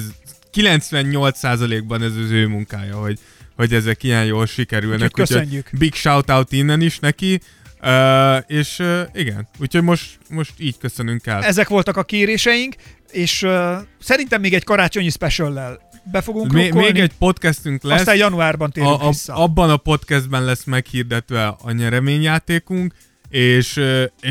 98%-ban ez az ő munkája, hogy ezek ilyen jól sikerülnek. Úgyhogy köszönjük. Big shout-out innen is neki. És igen, úgyhogy most így köszönünk el. Ezek voltak a kéréseink, és szerintem még egy karácsonyi speciallel be fogunk rukkolni. Még egy podcastünk lesz. Aztán januárban térünk vissza. Abban a podcastben lesz meghirdetve a nyereményjátékunk, és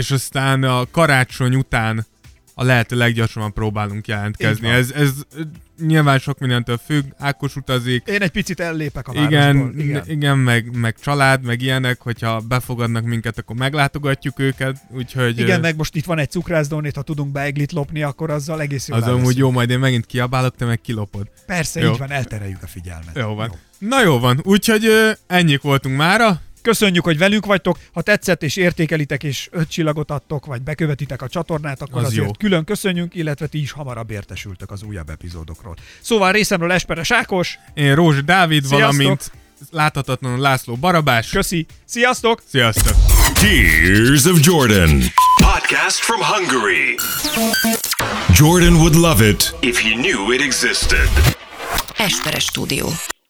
aztán a karácsony után a lehető leggyorsabban próbálunk jelentkezni. Ez nyilván sok mindentől függ, Ákos utazik. Én egy picit ellépek a városból. Igen, meg család, meg ilyenek, hogyha befogadnak minket, akkor meglátogatjuk őket, úgyhogy... Igen, meg most itt van egy cukrászdónét, ha tudunk beiglit lopni, akkor azzal egész jól az amúgy jó, majd én megint kiabálok, te meg kilopod. Persze, jó. Így van, eltereljük a figyelmet. Jó van. Jó. Na jó van, úgyhogy ennyik voltunk mára. Köszönjük, hogy velünk vagytok. Ha tetszett és értékelitek és 5 csillagot adtok, vagy bekövetitek a csatornát, akkor az azért jó. külön köszönjük, illetve ti is hamarabb értesültök az újabb epizódokról. Szóval részemről Esperes Ákos. Én Rózsa Dávid, Sziasztok. valamint láthatatlanul László Barabás. Köszi. Sziasztok! Sziasztok! Tears of Jordan. Podcast from Hungary. Jordan would love it If he knew it existed. Esperes Stúdió.